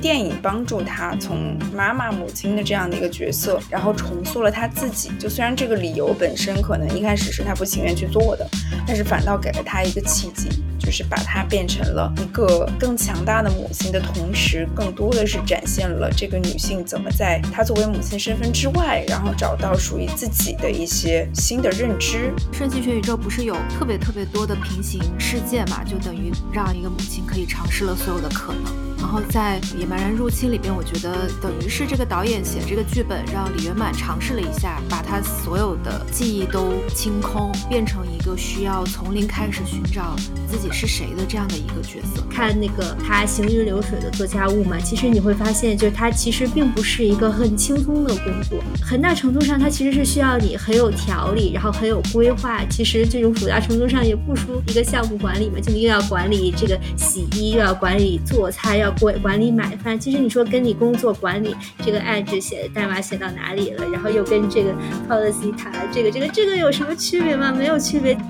电影帮助他从妈妈母亲的这样的一个角色，然后重塑了他自己。就虽然这个理由本身可能一开始是他不情愿去做的，但是反倒给了他一个契机，就是把他变成了一个更强大的母亲的同时，更多的是展现了这个女性怎么在她作为母亲身份之外，然后找到属于自己的一些新的认知。 瞬息全宇宙不是有特别多的平行世界嘛，就等于让一个母亲可以尝试了所有的可能。然后在《野蛮人入侵》里边，我觉得等于是这个导演写这个剧本，让李圆满尝试了一下，把他所有的记忆都清空，变成一个需要从零开始寻找自己是谁的这样的一个角色。 看那个他行云流水的做家务嘛，其实你会发现，就是他其实并不是一个很轻松的工作，很大程度上他其实是需要你很有条理，然后很有规划。其实这种复杂程度上也不输一个项目管理嘛，就你又要管理这个洗衣，又要管理做菜，要管理买饭。其实你说跟你工作管理这个案子写代码写到哪里了，然后又跟这个 policy 谈这个有什么区别吗？没有区别。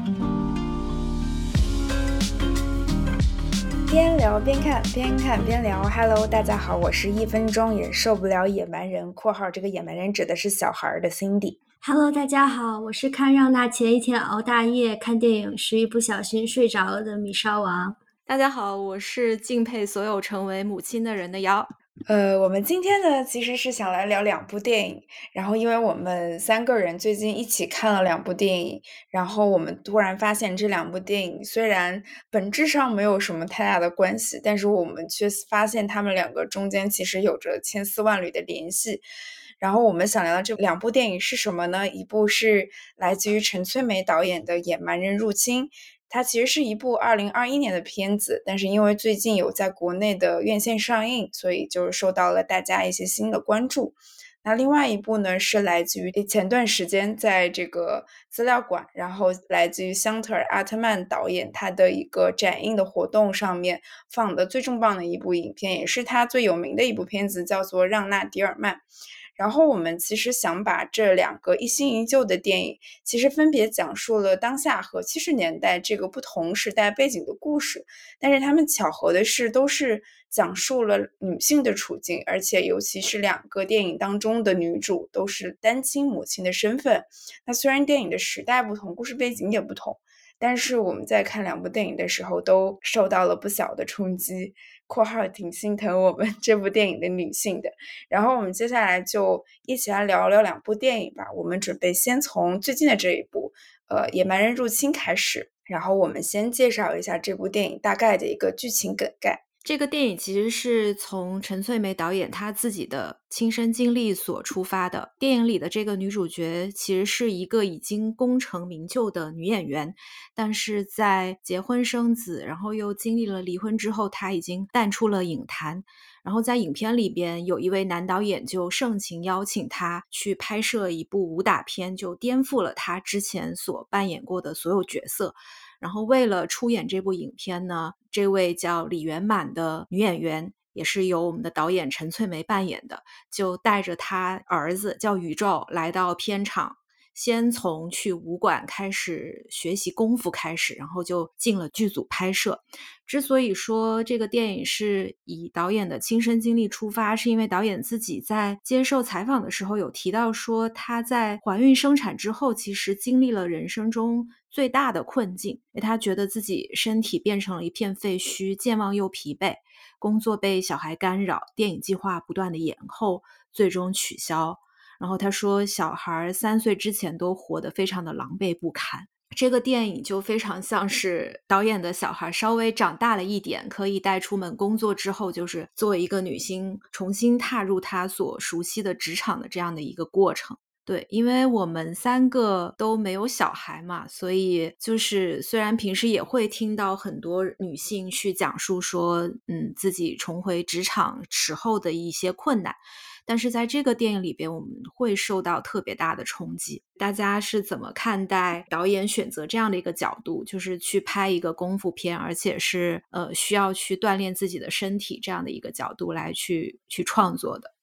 边聊边看，边看边聊。Hello， 大家好，我是1分钟也受不了野蛮人（括号这个野蛮人指的是小孩的 Cindy）。Hello， 大家好，我是看让娜前一天熬大夜看电影时一不小心睡着了的米烧王。 大家好，我是敬佩所有成为母亲的人的瑶。 我们今天呢其实是想来聊2部电影，然后因为我们3个人最近一起看了2部电影，然后我们突然发现这2部电影虽然本质上没有什么太大的关系，但是我们却发现他们2个中间其实有着千丝万缕的联系。然后我们想聊的这2部电影是什么呢？一部是来自于陈翠梅导演的《野蛮人入侵》，它其实是一部2021年的片子，但是因为最近有在国内的院线上映，所以就受到了大家一些新的关注。那另外一部呢，是来自于前段时间在这个资料馆，然后来自于香特尔·阿特曼导演他的一个展映的活动上面放的最重磅的一部影片，也是他最有名的一部片子，叫做《让娜·迪尔曼》。然后我们其实想把这2个一新一旧的电影其实分别讲述了当下和70年代这个不同时代背景的故事，但是他们巧合的是都是讲述了女性的处境，而且尤其是2个电影当中的女主都是单亲母亲的身份。那虽然电影的时代不同，故事背景也不同，但是我们在看2部电影的时候都受到了不小的冲击，括号挺心疼我们这部电影的女性的。然后我们接下来就一起来聊聊2部电影吧。我们准备先从最近的这一部野蛮人入侵开始，然后我们先介绍一下这部电影大概的一个剧情梗概。 这个电影其实是从陈翠梅导演她自己的亲身经历所出发的。电影里的这个女主角其实是一个已经功成名就的女演员，但是在结婚生子，然后又经历了离婚之后，她已经淡出了影坛。然后在影片里边，有一位男导演就盛情邀请她去拍摄一部武打片，就颠覆了她之前所扮演过的所有角色。然后为了出演这部影片呢，这位叫李圆满的女演员也是由我们的导演陈翠梅扮演的，就带着她儿子叫宇宙来到片场，先从去武馆开始学习功夫开始，然后就进了剧组拍摄。之所以说这个电影是以导演的亲身经历出发，是因为导演自己在接受采访的时候有提到说，他在怀孕生产之后其实经历了人生中最大的困境，因为他觉得自己身体变成了一片废墟，健忘又疲惫，工作被小孩干扰，电影计划不断的延后，最终取消。然后他说小孩3岁之前都活得非常的狼狈不堪。这个电影就非常像是导演的小孩稍微长大了一点，可以带出门工作之后，就是作为一个女性重新踏入她所熟悉的职场的这样的一个过程。对，因为我们3个都没有小孩嘛，所以就是虽然平时也会听到很多女性去讲述说自己重回职场时候的一些困难，但是在这个电影里边我们会受到特别大的冲击。大家是怎么看待导演选择这样的一个角度，就是去拍一个功夫片，而且是需要去锻炼自己的身体这样的一个角度来去创作的？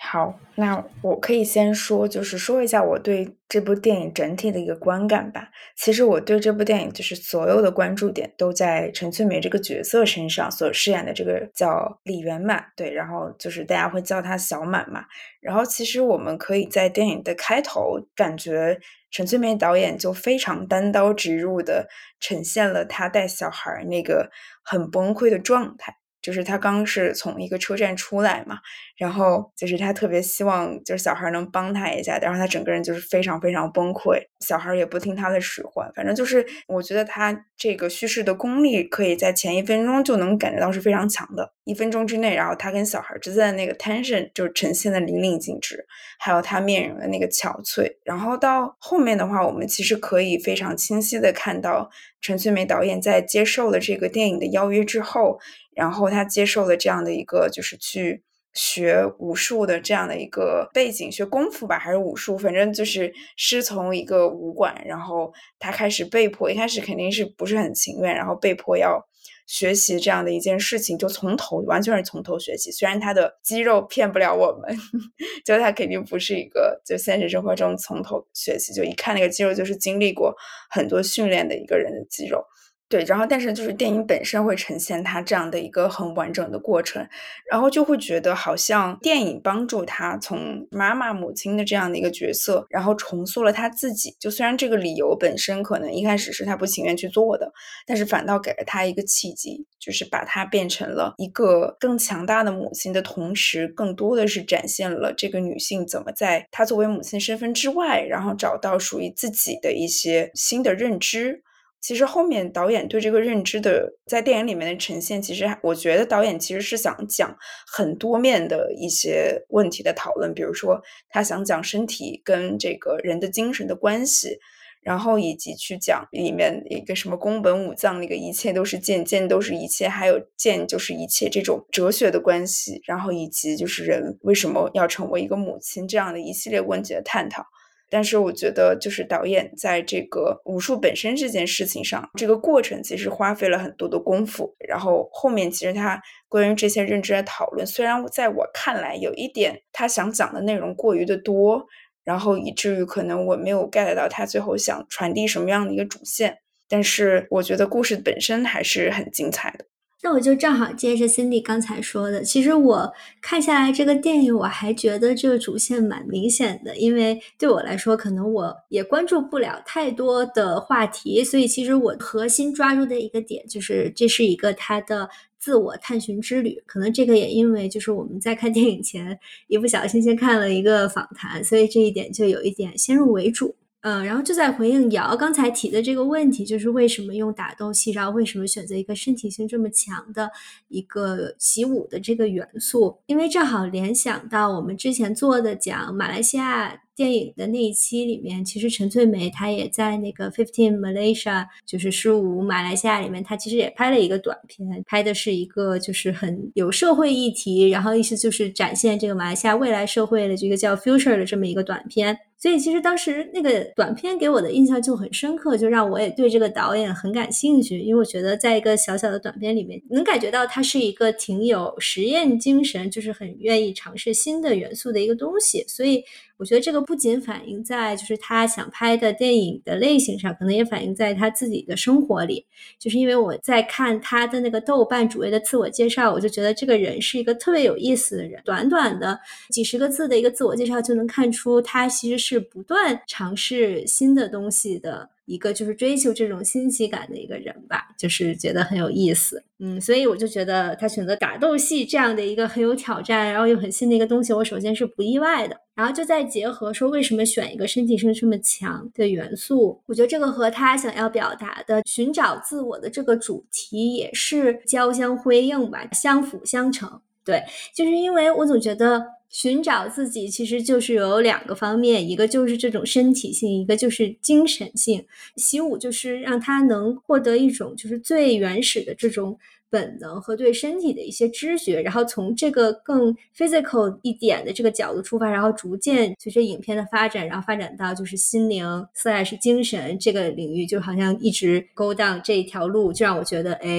好，那我可以先说，就是说一下我对这部电影整体的一个观感吧。其实我对这部电影就是所有的关注点都在陈翠梅这个角色身上所饰演的这个叫李圆满，对，然后就是大家会叫她小满嘛。然后其实我们可以在电影的开头感觉陈翠梅导演就非常单刀直入的呈现了她带小孩那个很崩溃的状态。就是她刚是从一个车站出来嘛，然后就是他特别希望就是小孩能帮他一下，然后他整个人就是非常非常崩溃，小孩也不听他的使唤，反正就是我觉得他这个叙事的功力可以在前1分钟就能感觉到是非常强的，1分钟之内，然后他跟小孩之间的那个 tension 就呈现的淋漓尽致，还有他面容的那个憔悴，然后到后面的话，我们其实可以非常清晰的看到陈翠梅导演在接受了这个电影的邀约之后，然后他接受了这样的一个就是去学武术的这样的一个背景，学功夫吧还是武术，反正就是师从一个武馆，然后他开始被迫，一开始肯定是不是很情愿，然后被迫要学习这样的一件事情，就从头完全是从头学习。虽然他的肌肉骗不了我们，就他肯定不是一个就现实生活中从头学习，就一看那个肌肉就是经历过很多训练的一个人的肌肉。对，然后但是就是电影本身会呈现他这样的一个很完整的过程，然后就会觉得好像电影帮助他从妈妈母亲的这样的一个角色，然后重塑了他自己。就虽然这个理由本身可能一开始是他不情愿去做的，但是反倒给了他一个契机，就是把他变成了一个更强大的母亲的同时，更多的是展现了这个女性怎么在她作为母亲身份之外，然后找到属于自己的一些新的认知。其实后面导演对这个认知的在电影里面的呈现，其实我觉得导演其实是想讲很多面的一些问题的讨论，比如说他想讲身体跟这个人的精神的关系，然后以及去讲里面一个什么宫本武藏那个一切都是剑，剑都是一切，还有剑就是一切这种哲学的关系，然后以及就是人为什么要成为一个母亲这样的一系列问题的探讨。但是我觉得就是导演在这个武术本身这件事情上，这个过程其实花费了很多的功夫，然后后面其实他关于这些认知的讨论，虽然在我看来有一点他想讲的内容过于的多，然后以至于可能我没有 get 到他最后想传递什么样的一个主线，但是我觉得故事本身还是很精彩的。 那我就正好接着 Cindy 刚才说的，其实我看下来这个电影，我还觉得这个主线蛮明显的，因为对我来说，可能我也关注不了太多的话题，所以其实我核心抓住的一个点就是这是一个他的自我探寻之旅。可能这个也因为就是我们在看电影前一不小心先看了一个访谈，所以这一点就有一点先入为主。然后就在回应瑶刚才提的这个问题，就是为什么用打斗戏，然后为什么选择一个身体性这么强的一个习武的这个元素？因为正好联想到我们之前做的讲马来西亚电影的那一期里面，其实陈翠梅她也在那个 15 Malaysia 就是15马来西亚里面，她其实也拍了一个短片，拍的是一个就是很有社会议题，然后意思就是展现这个马来西亚未来社会的这个叫 Future 的这么一个短片。所以其实当时那个短片给我的印象就很深刻，就让我也对这个导演很感兴趣，因为我觉得在一个小小的短片里面能感觉到他是一个挺有实验精神，就是很愿意尝试新的元素的一个东西。所以我觉得这个不仅反映在就是他想拍的电影的类型上，可能也反映在他自己的生活里。就是因为我在看他的那个豆瓣主页的自我介绍，我就觉得这个人是一个特别有意思的人，短短的几十个字的一个自我介绍就能看出他其实是不断尝试新的东西的一个就是追求这种新奇感的一个人吧，就是觉得很有意思。所以我就觉得他选择打斗戏这样的一个很有挑战然后又很新的一个东西，我首先是不意外的。然后就再结合说为什么选一个身体性这么强的元素，我觉得这个和他想要表达的寻找自我的这个主题也是交相辉映吧，相辅相成。对，就是因为我总觉得寻找自己其实就是有两个方面，一个就是这种身体性，一个就是精神性。习武就是让他能获得一种就是最原始的这种本能和对身体的一些知觉，然后从这个更 physical 一点的这个角度出发，然后逐渐随着影片的发展，然后发展到就是心灵/精神这个领域，就好像一直go down这一条路，就让我觉得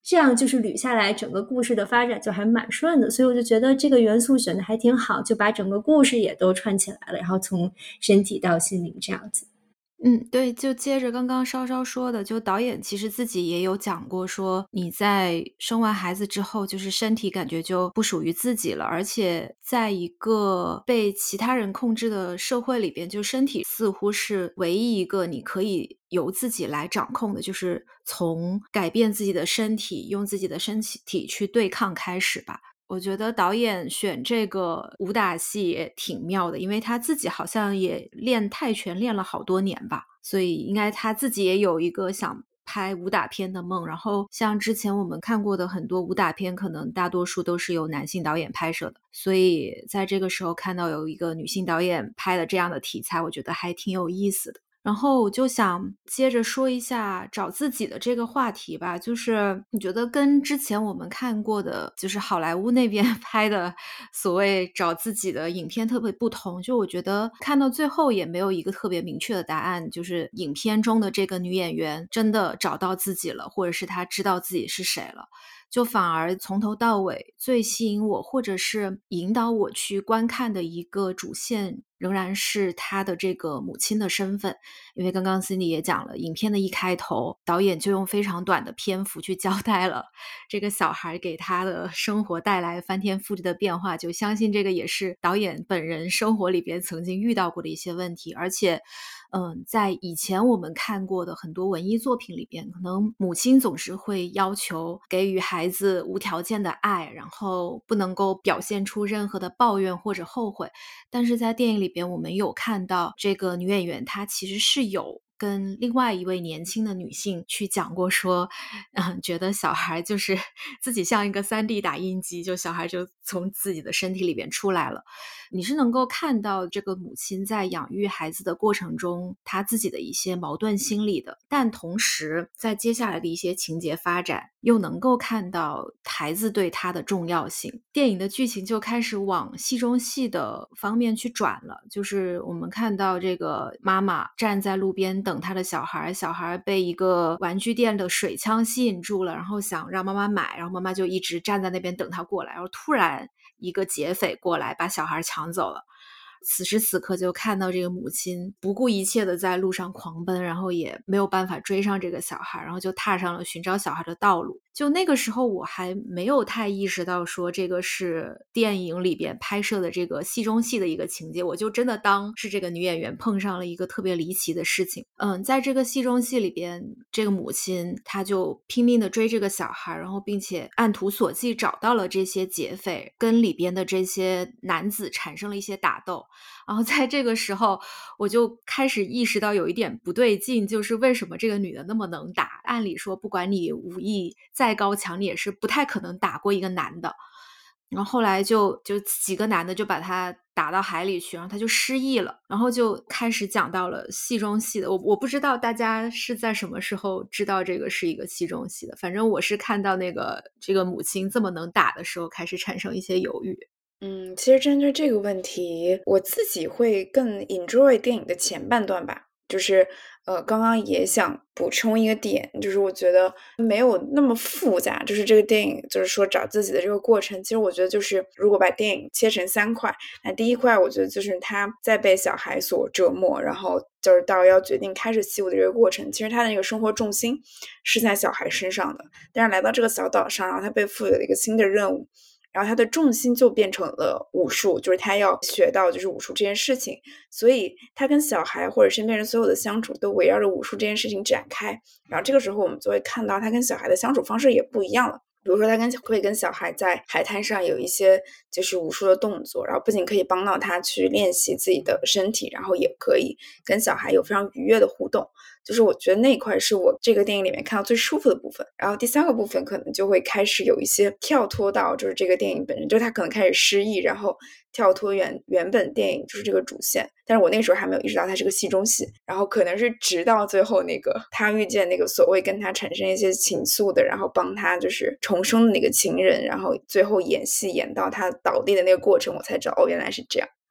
这样就是捋下来整个故事的发展就还蛮顺的，所以我就觉得这个元素选的还挺好，就把整个故事也都串起来了，然后从身体到心灵这样子。 对，就接着刚刚稍稍说的，就导演其实自己也有讲过说，你在生完孩子之后，就是身体感觉就不属于自己了，而且在一个被其他人控制的社会里边，就身体似乎是唯一一个你可以由自己来掌控的，就是从改变自己的身体，用自己的身体去对抗开始吧。我觉得导演选这个武打戏也挺妙的，因为他自己好像也练泰拳练了好多年吧，所以应该他自己也有一个想拍武打片的梦。然后像之前我们看过的很多武打片，可能大多数都是由男性导演拍摄的，所以在这个时候看到有一个女性导演拍的这样的题材，我觉得还挺有意思的。然后我就想接着说一下找自己的这个话题吧，就是你觉得跟之前我们看过的，就是好莱坞那边拍的所谓找自己的影片特别不同，就我觉得看到最后也没有一个特别明确的答案，就是影片中的这个女演员真的找到自己了，或者是她知道自己是谁了。就反而从头到尾最吸引我，或者是引导我去观看的一个主线，仍然是她的这个母亲的身份。因为刚刚 Cindy 也讲了，影片的一开头，导演就用非常短的篇幅去交代了这个小孩给他的生活带来翻天覆地的变化，就相信这个也是导演本人生活里边曾经遇到过的一些问题。而且在以前我们看过的很多文艺作品里边，可能母亲总是会要求给予孩子无条件的爱，然后不能够表现出任何的抱怨或者后悔。但是在电影里边，我们有看到这个女演员她其实是有跟另外一位年轻的女性去讲过说，觉得小孩就是自己像一个3D 打印机，就小孩就从自己的身体里边出来了。你是能够看到这个母亲在养育孩子的过程中，她自己的一些矛盾心理的，但同时在接下来的一些情节发展，又能够看到孩子对她的重要性。电影的剧情就开始往戏中戏的方面去转了，就是我们看到这个妈妈站在路边等她的小孩，小孩被一个玩具店的水枪吸引住了，然后想让妈妈买，然后妈妈就一直站在那边等他过来，然后突然一个劫匪过来把小孩抢走了。此时此刻就看到这个母亲不顾一切的在路上狂奔，然后也没有办法追上这个小孩，然后就踏上了寻找小孩的道路。就那个时候我还没有太意识到说这个是电影里边拍摄的这个戏中戏的一个情节，我就真的当是这个女演员碰上了一个特别离奇的事情。在这个戏中戏里边，这个母亲她就拼命的追这个小孩，然后并且按图索骥找到了这些劫匪，跟里边的这些男子产生了一些打斗。然后在这个时候我就开始意识到有一点不对劲，就是为什么这个女的那么能打，按理说不管你武艺再高强，你也是不太可能打过一个男的。然后后来就几个男的就把他打到海里去，然后他就失忆了，然后就开始讲到了戏中戏的。我不知道大家是在什么时候知道这个是一个戏中戏的，反正我是看到这个母亲这么能打的时候开始产生一些犹豫。 其实针对这个问题，我自己会更 enjoy 电影的前半段吧。就是，刚刚也想补充一个点，就是我觉得没有那么复杂。就是这个电影，就是说找自己的这个过程，其实我觉得就是如果把电影切成3块，那第一块我觉得就是他在被小孩所折磨，然后就是到要决定开始习武的这个过程，其实他的那个生活重心是在小孩身上的。但是来到这个小岛上，然后他被赋予了一个新的任务。然后他的重心就变成了武术，就是他要学到就是武术这件事情，所以他跟小孩或者身边人所有的相处都围绕着武术这件事情展开。然后这个时候我们就会看到他跟小孩的相处方式也不一样了。比如说他会跟小孩在海滩上有一些就是武术的动作，然后不仅可以帮到他去练习自己的身体，然后也可以跟小孩有非常愉悦的互动。就是我觉得那一块是我这个电影里面看到最舒服的部分。然后第3个部分可能就会开始有一些跳脱到就是这个电影本身，就是他可能开始失忆，然后跳脱原本电影就是这个主线。但是我那个时候还没有意识到它是个戏中戏，然后可能是直到最后那个他遇见那个所谓跟他产生一些情愫的，然后帮他就是重生的那个情人，然后最后演戏演到他倒地的那个过程，我才知道哦原来是这样。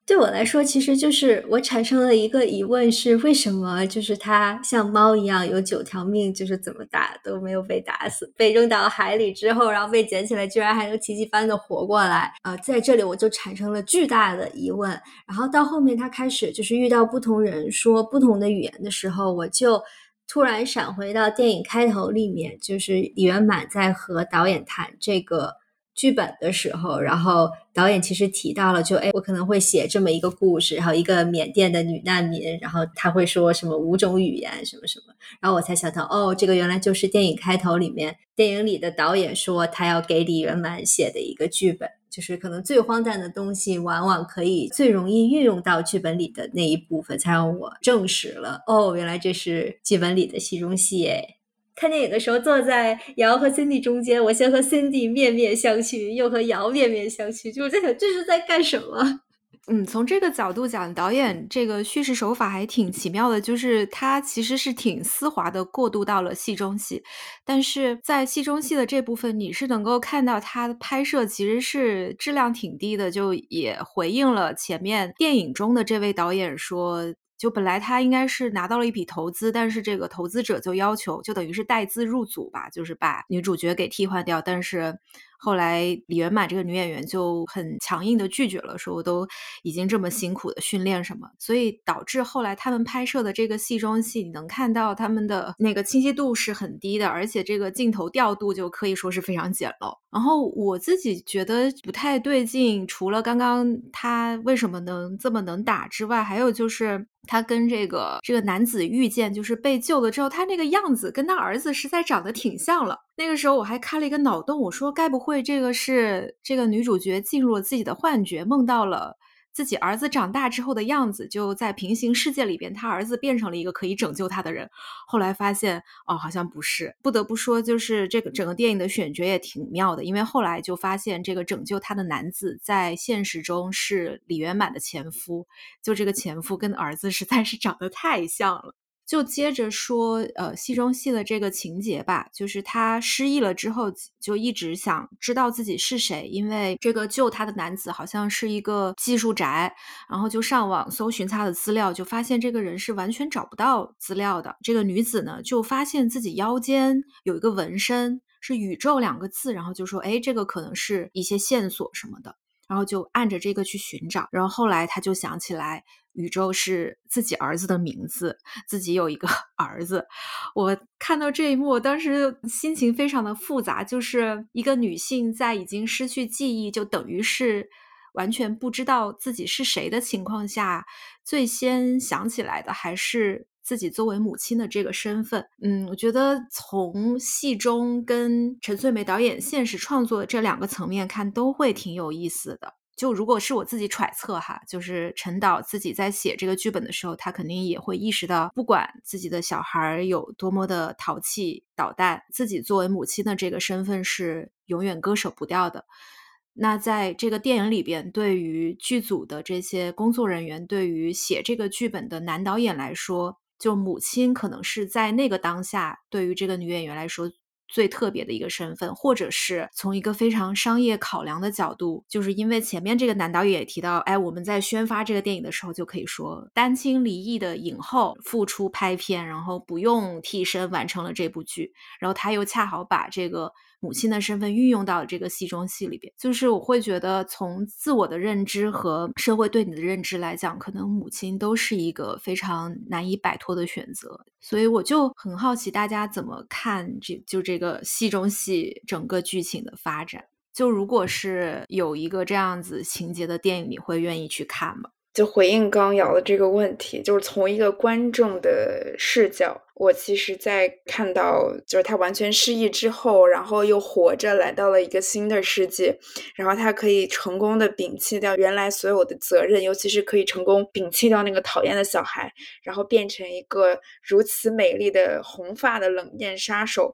对我来说，其实就是我产生了一个疑问是，为什么就是它像猫一样有9条命，就是怎么打都没有被打死，被扔到海里之后，然后被捡起来，居然还能奇迹般的活过来。在这里我就产生了巨大的疑问。然后到后面他开始就是遇到不同人说不同的语言的时候，我就突然闪回到电影开头里面，就是李圆满在和导演谈这个剧本的时候，然后导演其实提到了就我可能会写这么一个故事，然后一个缅甸的女难民，然后他会说什么5种语言什么什么，然后我才想到这个原来就是电影开头里面电影里的导演说他要给李圆满写的一个剧本，就是可能最荒诞的东西往往可以最容易运用到剧本里的那一部分，才让我证实了原来这是剧本里的戏中戏诶。看电影的时候坐在瑶和 Cindy 中间，我先和 Cindy 面面相觑，又和瑶面面相觑，就我在想这是在干什么。 从这个角度讲，导演这个叙事手法还挺奇妙的，就是他其实是挺丝滑的过渡到了戏中戏，但是在戏中戏的这部分，你是能够看到他的拍摄其实是质量挺低的，就也回应了前面电影中的这位导演说，就本来他应该是拿到了一笔投资，但是这个投资者就要求就等于是带资入组吧，就是把女主角给替换掉，但是后来李圆满这个女演员就很强硬的拒绝了，说我都已经这么辛苦的训练什么，所以导致后来他们拍摄的这个戏中戏，你能看到他们的那个清晰度是很低的，而且这个镜头调度就可以说是非常简陋。然后我自己觉得不太对劲，除了刚刚他为什么能这么能打之外，还有就是他跟这个男子遇见，就是被救了之后，他那个样子跟他儿子实在长得挺像了。那个时候我还开了一个脑洞，我说该不会这个是这个女主角进入了自己的幻觉，梦到了自己儿子长大之后的样子，就在平行世界里边，他儿子变成了一个可以拯救他的人。后来发现好像不是。不得不说，就是这个整个电影的选角也挺妙的，因为后来就发现这个拯救他的男子在现实中是李圆满的前夫，就这个前夫跟儿子实在是长得太像了。就接着说，戏中戏的这个情节吧，就是他失忆了之后，就一直想知道自己是谁，因为这个救他的男子好像是一个技术宅，然后就上网搜寻他的资料，就发现这个人是完全找不到资料的。这个女子呢，就发现自己腰间有一个纹身，是宇宙2个字，然后就说，这个可能是一些线索什么的。然后就按着这个去寻找，然后后来他就想起来宇宙是自己儿子的名字，自己有一个儿子。我看到这一幕，我当时心情非常的复杂，就是一个女性在已经失去记忆，就等于是完全不知道自己是谁的情况下，最先想起来的还是自己作为母亲的这个身份。我觉得从戏中跟陈翠梅导演现实创作的这2个层面看，都会挺有意思的。就如果是我自己揣测哈，就是陈导自己在写这个剧本的时候，他肯定也会意识到，不管自己的小孩有多么的淘气捣蛋，自己作为母亲的这个身份是永远割舍不掉的。那在这个电影里边，对于剧组的这些工作人员，对于写这个剧本的男导演来说，就母亲可能是在那个当下，对于这个女演员来说最特别的一个身份，或者是从一个非常商业考量的角度，就是因为前面这个男导演也提到，我们在宣发这个电影的时候就可以说，单亲离异的影后复出拍片，然后不用替身完成了这部剧，然后他又恰好把这个母亲的身份运用到这个戏中戏里边，就是我会觉得从自我的认知和社会对你的认知来讲，可能母亲都是一个非常难以摆脱的选择。所以我就很好奇大家怎么看这个戏中戏整个剧情的发展，就如果是有一个这样子情节的电影，你会愿意去看吗？ 就回应刚瑶的这个问题，就是从一个观众的视角，我其实在看到就是他完全失忆之后，然后又活着来到了一个新的世界，然后他可以成功的摒弃掉原来所有的责任，尤其是可以成功摒弃掉那个讨厌的小孩，然后变成一个如此美丽的红发的冷艳杀手。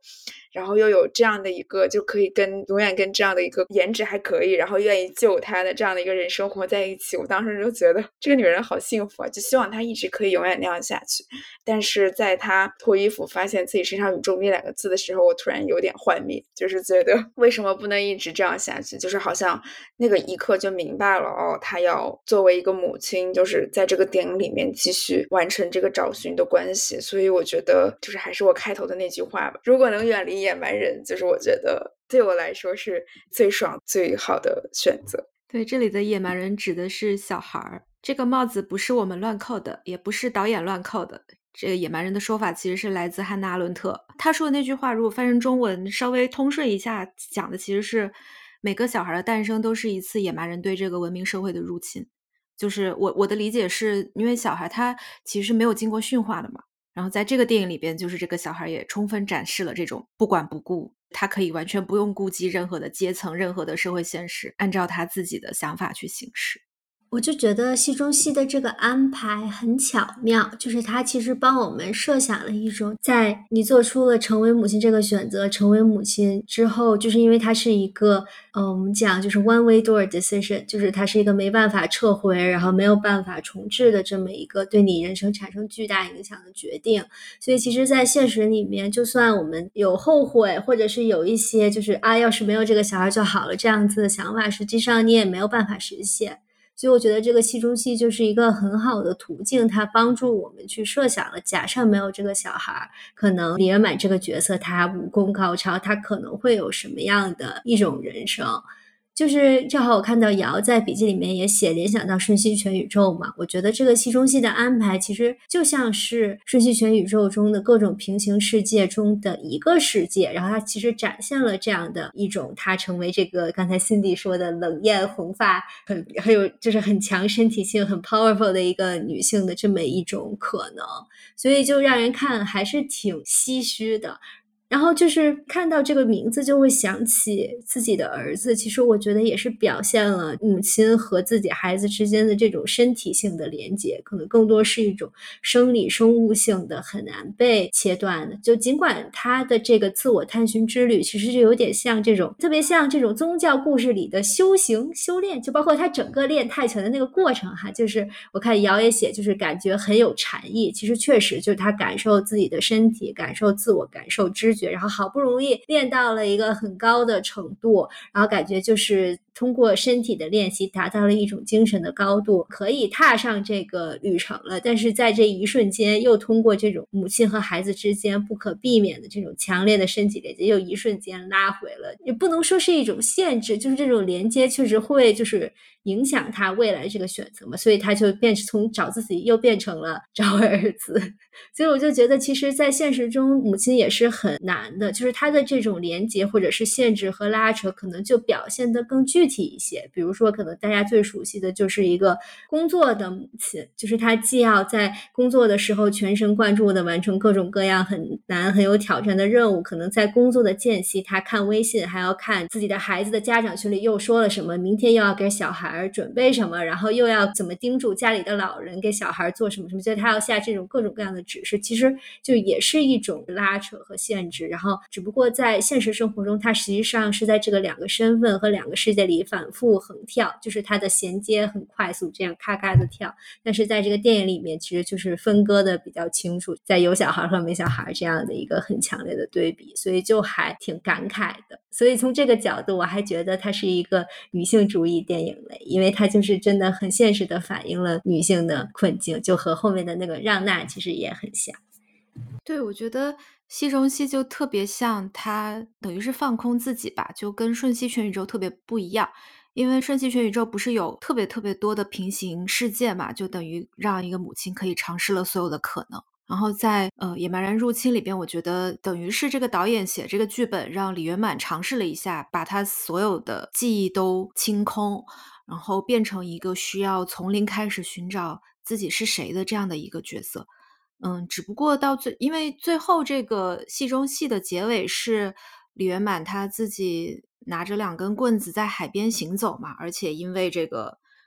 然后又有这样的一个就可以永远跟这样的一个颜值还可以，然后愿意救他的这样的一个人生活在一起，我当时就觉得这个女人好幸福啊，就希望她一直可以永远那样下去。但是在她脱衣服发现自己身上宇宙那2个字的时候，我突然有点幻灭，就是觉得为什么不能一直这样下去，就是好像那个一刻就明白了哦，她要作为一个母亲，就是在这个电影里面继续完成这个找寻的关系。所以我觉得就是还是我开头的那句话吧，如果能远离野蛮人，就是我觉得对我来说是最爽最好的选择。 对，这里的野蛮人指的是小孩儿。这个帽子不是我们乱扣的，也不是导演乱扣的。这个野蛮人的说法其实是来自汉娜·阿伦特。他说的那句话如果翻成中文稍微通顺一下，讲的其实是每个小孩的诞生都是一次野蛮人对这个文明社会的入侵。就是我的理解是，因为小孩他其实是没有经过驯化的嘛，然后在这个电影里边，就是这个小孩也充分展示了这种不管不顾，他可以完全不用顾及任何的阶层、任何的社会现实，按照他自己的想法去行事。 我就觉得戏中戏的这个安排很巧妙，就是它其实帮我们设想了一种，在你做出了成为母亲这个选择，成为母亲之后，就是因为它是一个，我们讲就是 one way door decision， 就是它是一个没办法撤回，然后没有办法重置的这么一个对你人生产生巨大影响的决定。所以其实在现实里面，就算我们有后悔，或者是有一些就是要是没有这个小孩就好了这样子的想法，实际上你也没有办法实现。所以我觉得这个戏中戏就是一个很好的途径，它帮助我们去设想了，假设没有这个小孩，可能李圆满这个角色他武功高超，他可能会有什么样的一种人生。就是正好我看到瑶在笔记里面也写联想到瞬息全宇宙嘛，我觉得这个戏中戏的安排其实就像是瞬息全宇宙中的各种平行世界中的一个世界，然后它其实展现了这样的一种它成为这个刚才 Cindy 说的冷艳红发很有就是很强身体性很 powerful 的一个女性的这么一种可能，所以就让人看还是挺唏嘘的。然后就是看到这个名字就会想起自己的儿子，其实我觉得也是表现了母亲和自己孩子之间的这种身体性的连接，可能更多是一种生理生物性的很难被切断的。就尽管他的这个自我探寻之旅其实就有点像这种特别像这种宗教故事里的修行修炼，就包括他整个练泰拳的那个过程哈，就是我看瑶也写就是感觉很有禅意，其实确实就是他感受自己的身体，感受自我，感受知觉，然后好不容易练到了一个很高的程度，然后感觉就是通过身体的练习达到了一种精神的高度，可以踏上这个旅程了。但是在这一瞬间又通过这种母亲和孩子之间不可避免的这种强烈的身体连接，又一瞬间拉回了，也不能说是一种限制，就是这种连接确实会就是影响他未来这个选择嘛，所以他就从找自己又变成了找儿子。所以我就觉得其实在现实中母亲也是很难的，就是她的这种连接或者是限制和拉扯可能就表现得更具体一些。比如说可能大家最熟悉的就是一个工作的母亲，就是她既要在工作的时候全神贯注的完成各种各样很难很有挑战的任务，可能在工作的间隙她看微信还要看自己的孩子的家长群里又说了什么，明天又要给小孩准备什么，然后又要怎么叮嘱家里的老人给小孩做什么什么，就是她要下这种各种各样的指示，其实就也是一种拉扯和限制。然后只不过在现实生活中它实际上是在这个两个身份和两个世界里反复横跳，就是它的衔接很快速，这样咔咔的跳，但是在这个电影里面其实就是分割的比较清楚，在有小孩和没小孩这样的一个很强烈的对比，所以就还挺感慨的。所以从这个角度我还觉得它是一个女性主义电影类，因为它就是真的很现实的反映了女性的困境，就和后面的那个让娜其实也很像。 对，我觉得戏中戏就特别像他等于是放空自己吧，就跟瞬息全宇宙特别不一样。因为瞬息全宇宙不是有特别特别多的平行世界嘛，就等于让一个母亲可以尝试了所有的可能。然后在野蛮人入侵里边，我觉得等于是这个导演写这个剧本，让李圆满尝试了一下，把他所有的记忆都清空，然后变成一个需要从零开始寻找自己是谁的这样的一个角色。只不过因为最后这个戏中戏的结尾是李圆满他自己拿着2根棍子在海边行走嘛，而且因为这个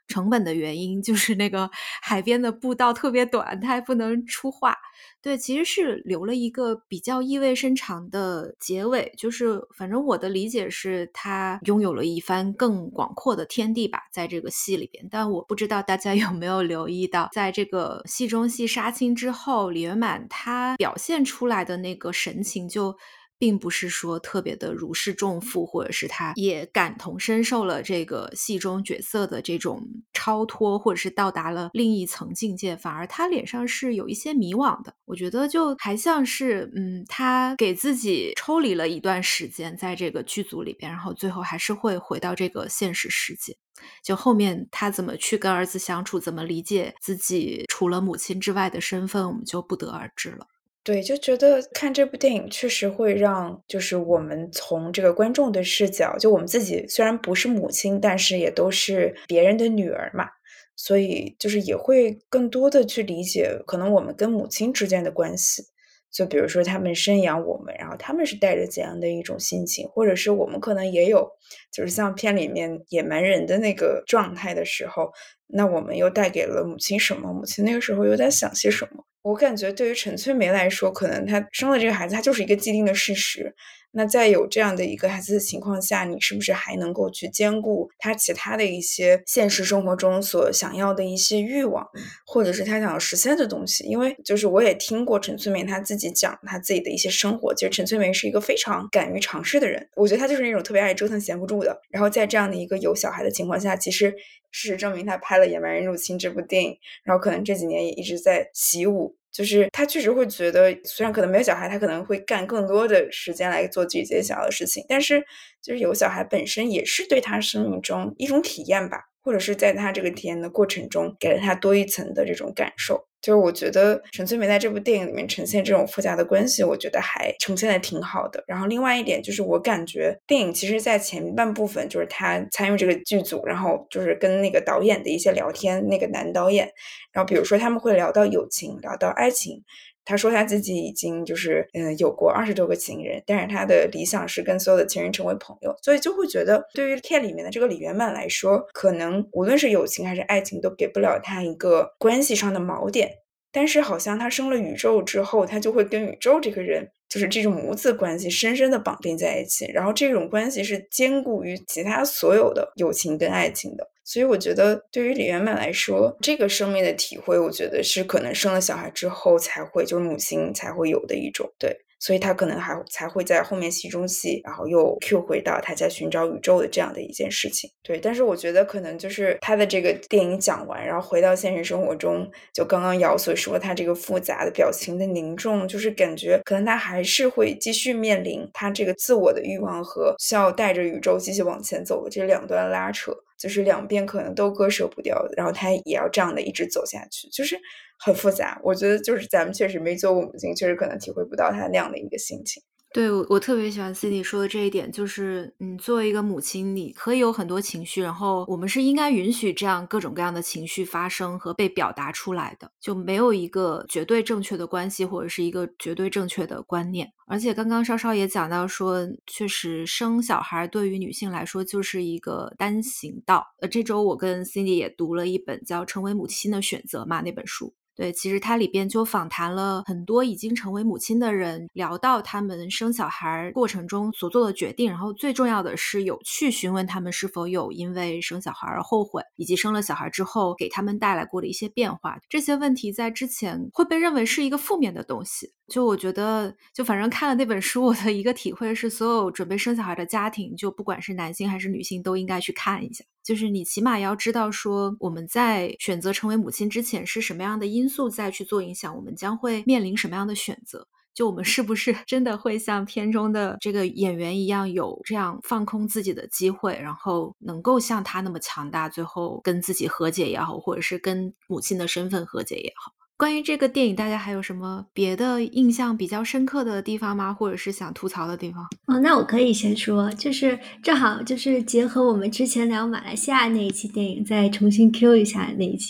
成本的原因，就是那个海边的步道特别短，它还不能出画。对，其实是留了一个比较意味深长的结尾，就是反正我的理解是他拥有了一番更广阔的天地吧，在这个戏里边。但我不知道大家有没有留意到，在这个戏中戏杀青之后，李圆满他表现出来的那个神情就并不是说特别的如释重负，或者是他也感同身受了这个戏中角色的这种超脱，或者是到达了另一层境界，反而他脸上是有一些迷惘的。我觉得就还像是他给自己抽离了一段时间在这个剧组里边，然后最后还是会回到这个现实世界。就后面他怎么去跟儿子相处，怎么理解自己除了母亲之外的身份，我们就不得而知了。 对，就觉得看这部电影确实会让就是我们从这个观众的视角，就我们自己虽然不是母亲，但是也都是别人的女儿嘛，所以就是也会更多的去理解可能我们跟母亲之间的关系。就比如说他们生养我们，然后他们是带着怎样的一种心情，或者是我们可能也有就是像片里面野蛮人的那个状态的时候，那我们又带给了母亲什么？母亲那个时候又在想些什么？我感觉对于陈翠梅来说，可能她生了这个孩子，她就是一个既定的事实。那在有这样的一个孩子的情况下，你是不是还能够去兼顾她其他的一些现实生活中所想要的一些欲望，或者是她想要实现的东西？因为就是我也听过陈翠梅她自己讲她自己的一些生活，其实陈翠梅是一个非常敢于尝试的人，我觉得她就是那种特别爱折腾闲不住的。然后在这样的一个有小孩的情况下，其实事实证明她拍了《野蛮人入侵》这部电影，然后可能这几年也一直在习武。就是他确实会觉得，虽然可能没有小孩，他可能会干更多的时间来做自己想要的事情，但是就是有小孩本身也是对他生命中一种体验吧，或者是在他这个体验的过程中，给了他多一层的这种感受。就是我觉得陈翠梅在这部电影里面呈现这种复杂的关系，我觉得还呈现的挺好的。然后另外一点就是我感觉电影其实在前半部分就是他参与这个剧组，然后就是跟那个导演的一些聊天，那个男导演，然后比如说他们会聊到友情，聊到爱情，他说他自己已经就是有过20多个情人，但是他的理想是跟所有的情人成为朋友，所以就会觉得对于片里面的这个李圆满来说，可能无论是友情还是爱情都给不了他一个关系上的锚点，但是好像他生了宇宙之后，他就会跟宇宙这个人就是这种母子关系深深的绑定在一起，然后这种关系是兼顾于其他所有的友情跟爱情的。所以我觉得对于李圆满来说，这个生命的体会，我觉得是可能生了小孩之后才会，就是母亲才会有的一种，对。所以他可能才会在后面戏中戏，然后又 Q 回到他在寻找宇宙的这样的一件事情。对，但是我觉得可能就是他的这个电影讲完，然后回到现实生活中，就刚刚姚所说他这个复杂的表情的凝重，就是感觉可能他还是会继续面临他这个自我的欲望和需要带着宇宙继续往前走的这两端拉扯。就是两边可能都割舍不掉，然后他也要这样的一直走下去，就是很复杂。我觉得就是咱们确实没做过母亲，确实可能体会不到他那样的一个心情。 对，我特别喜欢 Cindy 说的这一点，就是作为一个母亲，你可以有很多情绪，然后我们是应该允许这样各种各样的情绪发生和被表达出来的，就没有一个绝对正确的关系或者是一个绝对正确的观念。而且刚刚稍稍也讲到说，确实生小孩对于女性来说就是一个单行道。这周我跟 Cindy 也读了一本叫《成为母亲的选择》嘛，那本书。对，其实它里边就访谈了很多已经成为母亲的人，聊到他们生小孩过程中所做的决定，然后最重要的是有去询问他们是否有因为生小孩而后悔，以及生了小孩之后给他们带来过的一些变化。这些问题在之前会被认为是一个负面的东西。就我觉得，就反正看了那本书，我的一个体会是，所有准备生小孩的家庭，就不管是男性还是女性，都应该去看一下。就是你起码要知道说，我们在选择成为母亲之前是什么样的因素在去做影响，我们将会面临什么样的选择。就我们是不是真的会像片中的这个演员一样，有这样放空自己的机会，然后能够像他那么强大，最后跟自己和解也好，或者是跟母亲的身份和解也好。关于这个电影，大家还有什么别的印象比较深刻的地方吗？或者是想吐槽的地方？ 那我可以先说，就是正好就是结合我们之前聊马来西亚那一期电影，再重新 Q 一下那一期。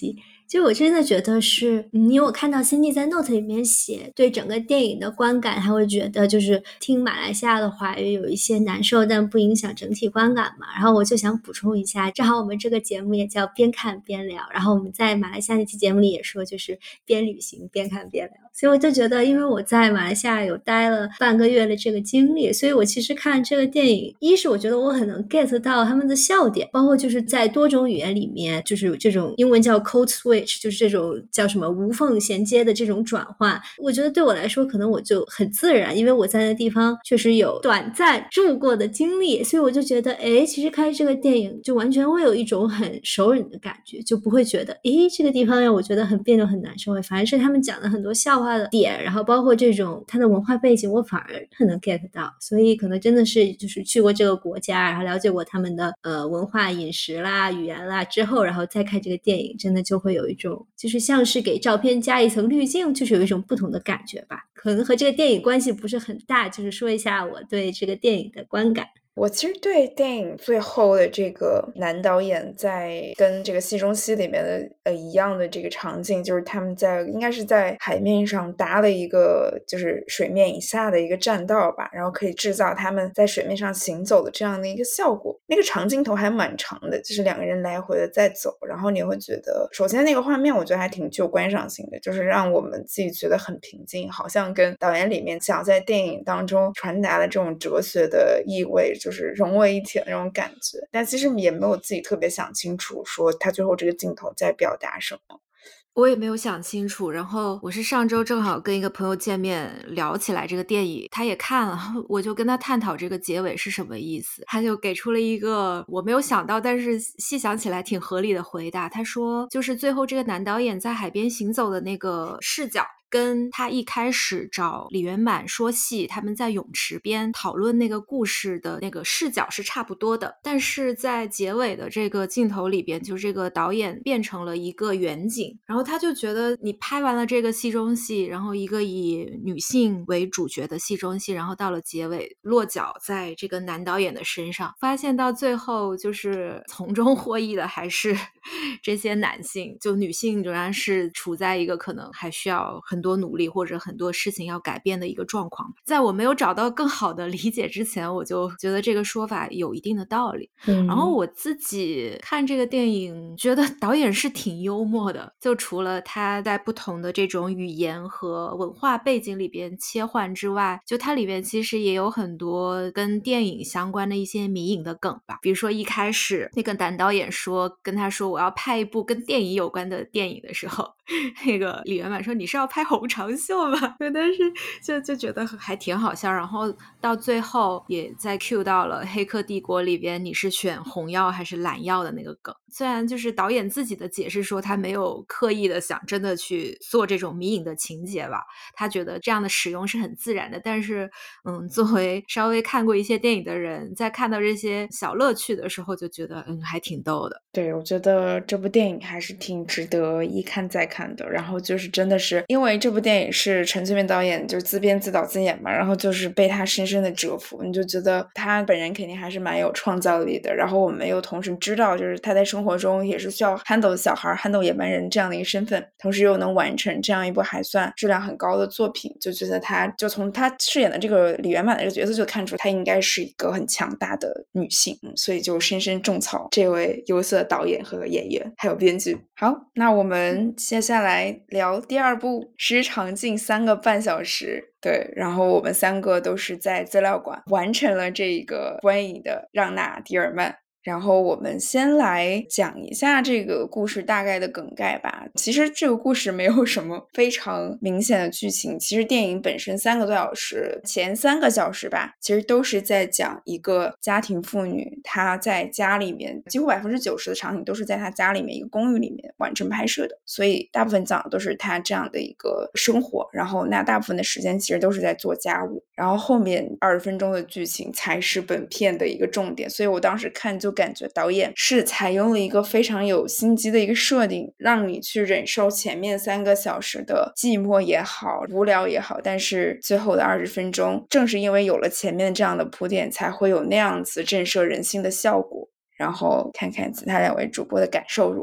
其实我真的觉得是，因为我看到 Cindy 在 Note 里面写对整个电影的观感，他会觉得就是听马来西亚的华语有一些难受，但不影响整体观感嘛。然后我就想补充一下，正好我们这个节目也叫边看边聊，然后我们在马来西亚那期节目里也说，就是边旅行边看边聊。所以我就觉得，因为我在马来西亚有待了半个月的这个经历，所以我其实看这个电影，一是我觉得我很能 get 到他们的笑点，包括就是在多种语言里面，就是有这种英文叫 code switch，就是这种叫什么无缝衔接的这种转换，我觉得对我来说可能我就很自然，因为我在那地方确实有短暂住过的经历，所以我就觉得其实看这个电影就完全会有一种很熟人的感觉，就不会觉得这个地方让我觉得很别扭很难受，反而是他们讲的很多笑话的点，然后包括这种它的文化背景我反而很能 get 到，所以可能真的是就是去过这个国家，然后了解过他们的文化饮食啦语言啦之后，然后再看这个电影，真的就会有一种就是像是给照片加一层滤镜，就是有一种不同的感觉吧，可能和这个电影关系不是很大，就是说一下我对这个电影的观感。 我其实对电影最后的这个男导演在跟这个戏中戏里面的一样的这个场景，就是他们应该是在海面上搭了一个就是水面以下的一个栈道吧，然后可以制造他们在水面上行走的这样的一个效果。那个长镜头还蛮长的，就是两个人来回的在走，然后你会觉得，首先那个画面我觉得还挺具有观赏性的，就是让我们自己觉得很平静，好像跟导演里面想在电影当中传达的这种哲学的意味就是融为一体的那种感觉，但其实也没有自己特别想清楚说他最后这个镜头在表达什么。 我也没有想清楚，然后我是上周正好跟一个朋友见面聊起来这个电影，他也看了，我就跟他探讨这个结尾是什么意思，他就给出了一个我没有想到但是细想起来挺合理的回答，他说就是最后这个男导演在海边行走的那个视角跟他一开始找李元满说戏，他们在泳池边讨论那个故事的那个视角是差不多的，但是在结尾的这个镜头里边，就这个导演变成了一个远景，然后他就觉得你拍完了这个戏中戏，然后一个以女性为主角的戏中戏，然后到了结尾落脚在这个男导演的身上，发现到最后就是从中获益的还是这些男性，就女性仍然是处在一个可能还需要很多努力或者很多事情要改变的一个状况。在我没有找到更好的理解之前，我就觉得这个说法有一定的道理。然后我自己看这个电影，觉得导演是挺幽默的，就除了他在不同的这种语言和文化背景里边切换之外，就它里边其实也有很多跟电影相关的一些迷影的梗吧。比如说一开始那个男导演跟他说我要拍一部跟电影有关的电影的时候，那个李元满说你是要拍红长袖吗？但是就觉得还挺好笑，然后到最后也在 cue 到了黑客帝国里边你是选红药还是蓝药的那个梗，虽然就是导演自己的解释说他没有刻意的想真的去做这种迷影的情节吧，他觉得这样的使用是很自然的，但是作为稍微看过一些电影的人，在看到这些小乐趣的时候就觉得还挺逗的。 对，我觉得这部电影还是挺值得一看再看的，然后就是真的是因为这部电影是陈翠面导演就自编自导自演嘛，然后就是被他深深的折服，你就觉得他本人肯定还是蛮有创造力的，然后我们又同时知道就是他在生活中也是需要handle小孩handle野蛮人这样的一个身份，同时又能完成这样一部还算质量很高的作品，就觉得他就从他饰演的这个李元满的这个角色就看出他应该是一个很强大的女性，所以就深深种草这位优秀的导演和演员还有编剧。好，那我们接下来聊第二部，时长近3个半小时。对，然后我们3个都是在资料馆完成了这个观影的让娜·迪尔曼。然后我们先来讲一下这个故事大概的梗概吧。其实这个故事没有什么非常明显的剧情，其实电影本身3个多小时，前3个小时吧，其实都是在讲一个家庭妇女，她在家里面，几乎90%的场景都是在她家里面一个公寓里面完成拍摄的，所以大部分讲的都是她这样的一个生活，然后那大部分的时间其实都是在做家务，然后后面20分钟的剧情才是本片的一个重点，所以我当时看就感觉导演是采用了一个非常有心机的一个设定，让你去忍受前面3个小时的寂寞也好无聊也好，但是最后的20分钟正是因为有了前面这样的铺垫，才会有那样子震慑人心的效果。然后看看其他2位主播的感受如何。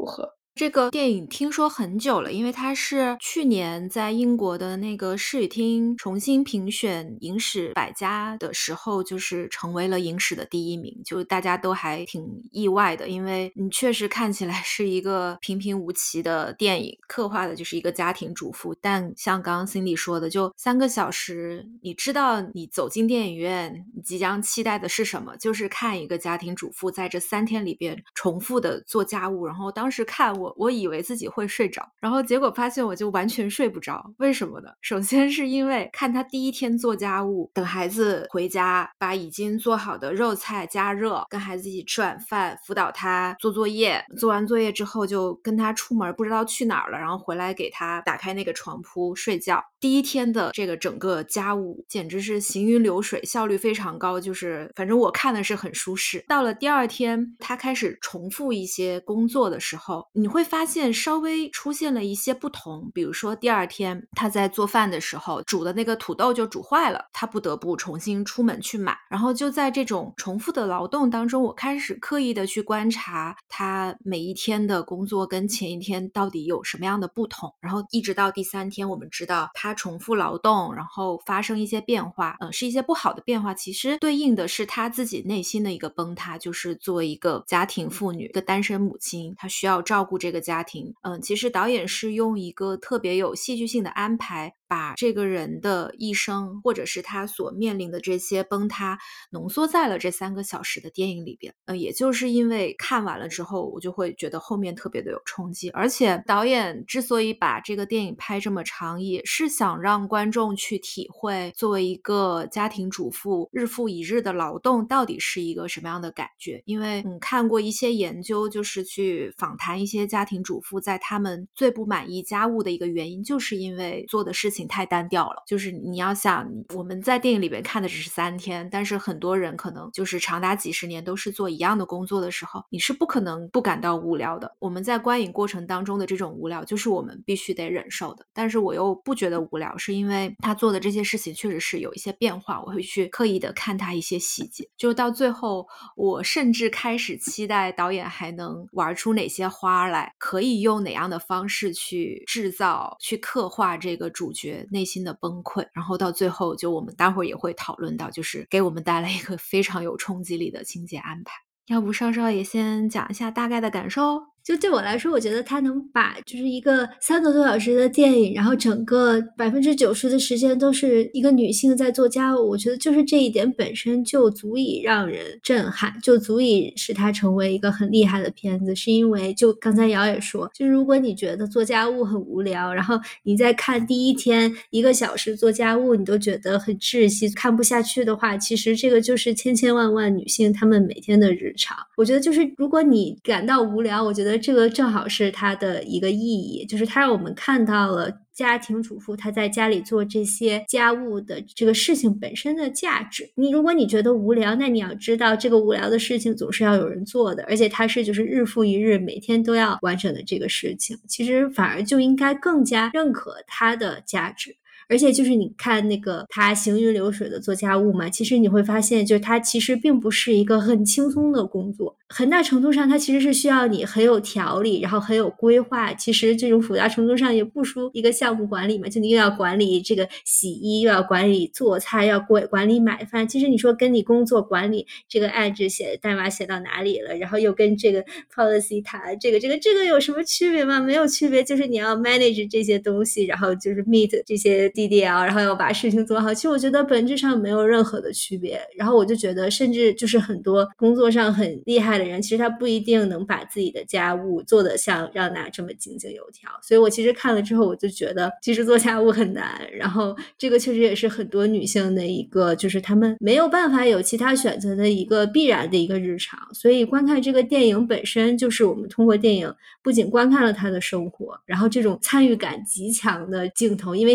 这个电影听说很久了，因为它是去年在英国的那个视语厅重新评选影史100佳的时候，就是成为了影史的第1名，就大家都还挺意外的，因为确实看起来是一个平平无奇的电影，刻画的就是一个家庭主妇，但像刚刚 Cindy 说的，就3个小时，你知道你走进电影院，你即将期待的是什么？就是看一个家庭主妇在这3天里边重复的做家务，然后当时看我以为自己会睡着，然后结果发现我就完全睡不着。为什么呢？首先是因为看他第1天做家务，等孩子回家，把已经做好的肉菜加热，跟孩子一起吃晚饭，辅导他做作业，做完作业之后就跟他出门不知道去哪儿了，然后回来给他打开那个床铺睡觉。第1天的这个整个家务简直是行云流水，效率非常高，就是反正我看的是很舒适。到了第2天他开始重复一些工作的时候，你会发现稍微出现了一些不同，比如说第2天他在做饭的时候煮的那个土豆就煮坏了，他不得不重新出门去买，然后就在这种重复的劳动当中，我开始刻意的去观察他每一天的工作跟前一天到底有什么样的不同，然后一直到第3天我们知道他重复劳动，然后发生一些变化，是一些不好的变化，其实对应的是他自己内心的一个崩塌，就是作为一个家庭妇女，一个单身母亲，她需要照顾这个家庭。其实导演是用一个特别有戏剧性的安排，把这个人的一生或者是他所面临的这些崩塌浓缩在了这3个小时的电影里边。也就是因为看完了之后，我就会觉得后面特别的有冲击，而且导演之所以把这个电影拍这么长，也是想让观众去体会作为一个家庭主妇日复一日的劳动到底是一个什么样的感觉。因为看过一些研究，就是去访谈一些家庭主妇，在他们最不满意家务的一个原因，就是因为做的事情太单调了。就是你要想，我们在电影里边看的只是3天，但是很多人可能就是长达几十年都是做一样的工作的时候，你是不可能不感到无聊的。我们在观影过程当中的这种无聊，就是我们必须得忍受的。但是我又不觉得无聊，是因为他做的这些事情确实是有一些变化，我会去刻意的看他一些细节。就到最后，我甚至开始期待导演还能玩出哪些花来，可以用哪样的方式去制造、去刻画这个主角内心的崩溃。然后到最后，就我们待会儿也会讨论到，就是给我们带来一个非常有冲击力的情节安排。要不稍稍也先讲一下大概的感受。 就对我来说，我觉得他能把就是一个3个多小时的电影，然后整个90%的时间都是一个女性在做家务，我觉得就是这一点本身就足以让人震撼，就足以使它成为一个很厉害的片子。是因为就刚才瑶也说，就是如果你觉得做家务很无聊，然后你在看第1天1个小时做家务你都觉得很窒息看不下去的话，其实这个就是千千万万女性她们每天的日常。我觉得就是如果你感到无聊，我觉得这个正好是它的一个意义，就是它让我们看到了家庭主妇她在家里做这些家务的这个事情本身的价值。如果你觉得无聊，那你要知道这个无聊的事情总是要有人做的，而且它是就是日复一日每天都要完成的这个事情，其实反而就应该更加认可它的价值。而且就是你看那个他行云流水的做家务嘛，其实你会发现就是他其实并不是一个很轻松的工作，很大程度上它其实是需要你很有条理，然后很有规划，其实这种复杂程度上也不输一个项目管理嘛，就你又要管理这个洗衣，又要管理做菜，要管理买饭，其实你说跟你工作管理这个案子写代码写到哪里了，然后又跟这个 policy 谈这个有什么区别吗？没有区别，就是你要 manage 这些东西，然后就是 meet 这些DDL， 然后要把事情做好，其实我觉得本质上没有任何的区别。然后我就觉得甚至就是很多工作上很厉害的人，其实他不一定能把自己的家务做得像让娜这么井井有条。所以我其实看了之后，我就觉得其实做家务很难，然后这个确实也是很多女性的一个就是她们没有办法有其他选择的一个必然的一个日常。所以观看这个电影本身就是我们通过电影不仅观看了她的生活，然后这种参与感极强的镜头，因为其实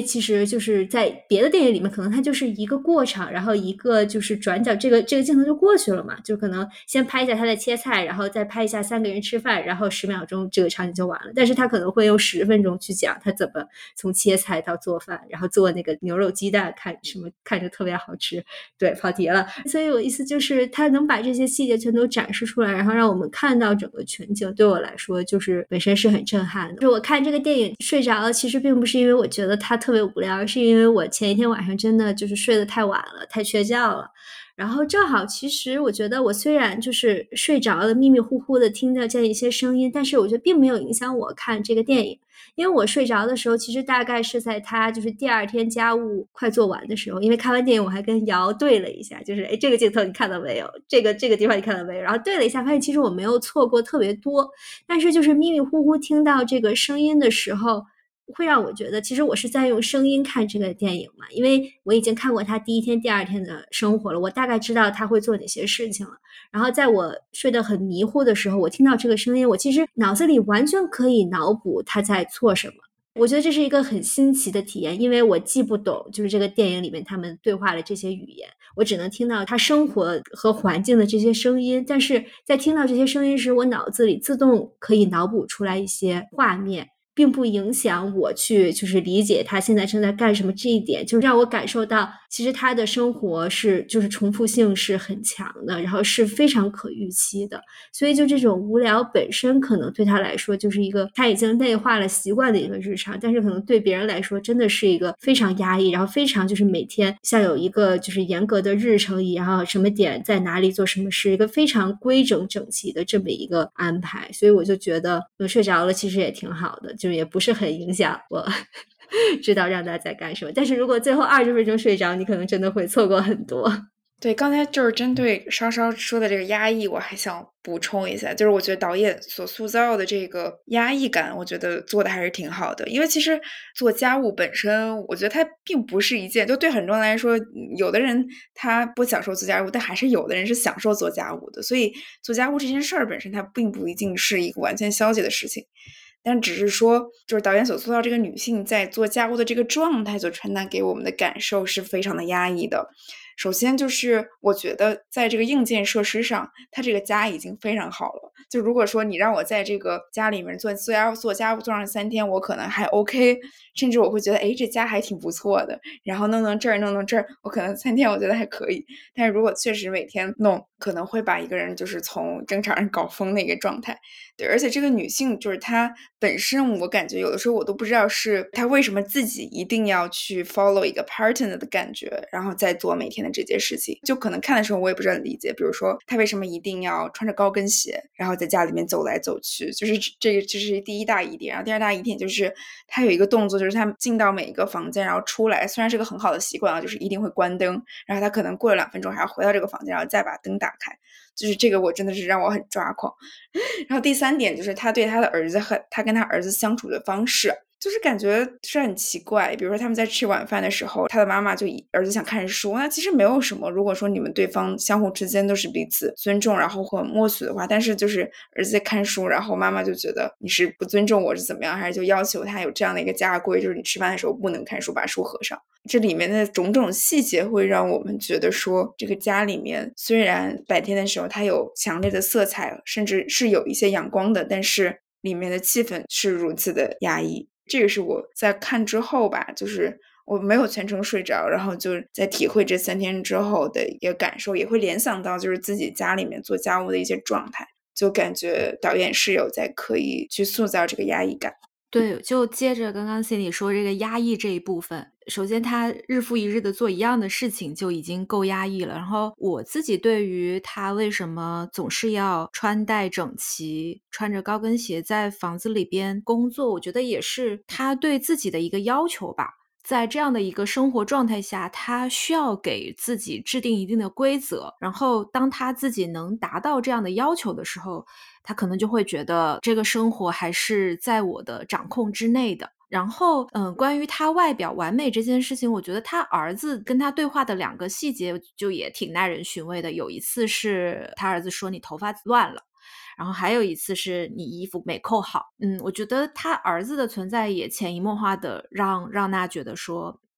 实就是在别的电影里面，可能它就是一个过场，然后一个就是转角，这个镜头就过去了嘛，就可能先拍一下他在切菜，然后再拍一下三个人吃饭，然后10秒钟这个场景就完了。但是他可能会用10分钟去讲他怎么从切菜到做饭，然后做那个牛肉鸡蛋，看着特别好吃。对，跑题了。所以我意思就是他能把这些细节全都展示出来，然后让我们看到整个全景，对我来说就是本身是很震撼的。就是我看这个电影睡着了，其实并不是因为我觉得它特别无聊，而是因为我前一天晚上真的就是睡得太晚了，太缺觉了。然后正好，其实我觉得我虽然就是睡着了，迷迷糊糊的听到这一些声音，但是我觉得并没有影响我看这个电影。因为我睡着的时候，其实大概是在他就是第二天家务快做完的时候，因为看完电影我还跟瑶对了一下，就是哎，这个镜头你看到没有？这个地方你看到没有？然后对了一下，发现其实我没有错过特别多，但是就是迷迷糊糊听到这个声音的时候，会让我觉得其实我是在用声音看这个电影嘛，因为我已经看过他第一天、第二天的生活了，我大概知道他会做哪些事情了。然后在我睡得很迷糊的时候，我听到这个声音，我其实脑子里完全可以脑补他在做什么。我觉得这是一个很新奇的体验，因为我既不懂就是这个电影里面他们对话的这些语言，我只能听到他生活和环境的这些声音，但是在听到这些声音时，我脑子里自动可以脑补出来一些画面，并不影响我去就是理解他现在正在干什么，这一点就让我感受到其实他的生活是就是重复性是很强的，然后是非常可预期的。所以就这种无聊本身可能对他来说就是一个他已经内化了习惯的一个日常，但是可能对别人来说真的是一个非常压抑，然后非常就是每天像有一个就是严格的日程一样，什么点在哪里做什么事，一个非常规整整齐的这么一个安排。所以我就觉得我睡着了其实也挺好的，就也不是很影响我知道让大家在干什么。但是如果最后20分钟睡着，你可能真的会错过很多。 对，刚才就是针对稍稍说的这个压抑，我还想补充一下，就是我觉得导演所塑造的这个压抑感，我觉得做的还是挺好的。因为其实做家务本身，我觉得它并不是一件，就对很多人来说，有的人他不享受做家务，但还是有的人是享受做家务的。所以做家务这件事儿本身，它并不一定是一个完全消极的事情。但只是说，就是导演所塑造这个女性在做家务的这个状态所传达给我们的感受是非常的压抑的。首先就是我觉得在这个硬件设施上，它这个家已经非常好了。就如果说你让我在这个家里面做家务做上3天，我可能还 OK， 甚至我会觉得，哎，这家还挺不错的。然后弄这儿弄这儿，我可能3天我觉得还可以。但是如果确实每天弄，可能会把一个人就是从正常人搞疯的一个状态。对，而且这个女性就是她本身，我感觉有的时候我都不知道是她为什么自己一定要去 follow 一个 partner 的感觉，然后再做每天的这件事情。就可能看的时候我也不是很理解，比如说她为什么一定要穿着高跟鞋，然后在家里面走来走去，就是这个这是第一大疑点。然后第二大疑点就是她有一个动作，就是她进到每一个房间，然后出来，虽然是个很好的习惯啊，就是一定会关灯，然后她可能过了2分钟还要回到这个房间，然后再把灯打开。就是这个我真的是让我很抓狂。然后第3点就是他对他的儿子和他跟他儿子相处的方式，就是感觉是很奇怪。比如说他们在吃晚饭的时候，他的妈妈就儿子想看书，那其实没有什么，如果说你们对方相互之间都是彼此尊重然后或默许的话，但是就是儿子在看书，然后妈妈就觉得你是不尊重我是怎么样，还是就要求他有这样的一个家规，就是你吃饭的时候不能看书，把书合上。这里面的种种细节会让我们觉得说，这个家里面虽然白天的时候它有强烈的色彩，甚至是有一些阳光的，但是里面的气氛是如此的压抑。这个是我在看之后吧，就是我没有全程睡着，然后就在体会这3天之后的一个感受，也会联想到就是自己家里面做家务的一些状态，就感觉导演是有在刻意去塑造这个压抑感。 对，就接着刚刚 Cindy 说这个压抑这一部分，首先他日复一日的做一样的事情就已经够压抑了。然后我自己对于他为什么总是要穿戴整齐，穿着高跟鞋在房子里边工作，我觉得也是他对自己的一个要求吧。在这样的一个生活状态下，他需要给自己制定一定的规则，然后当他自己能达到这样的要求的时候，他可能就会觉得这个生活还是在我的掌控之内的。然后，关于他外表完美这件事情，我觉得他儿子跟他对话的2个细节就也挺耐人寻味的。有一次是他儿子说你头发乱了，然后还有一次是你衣服没扣好。我觉得他儿子的存在也潜移默化的让娜觉得说，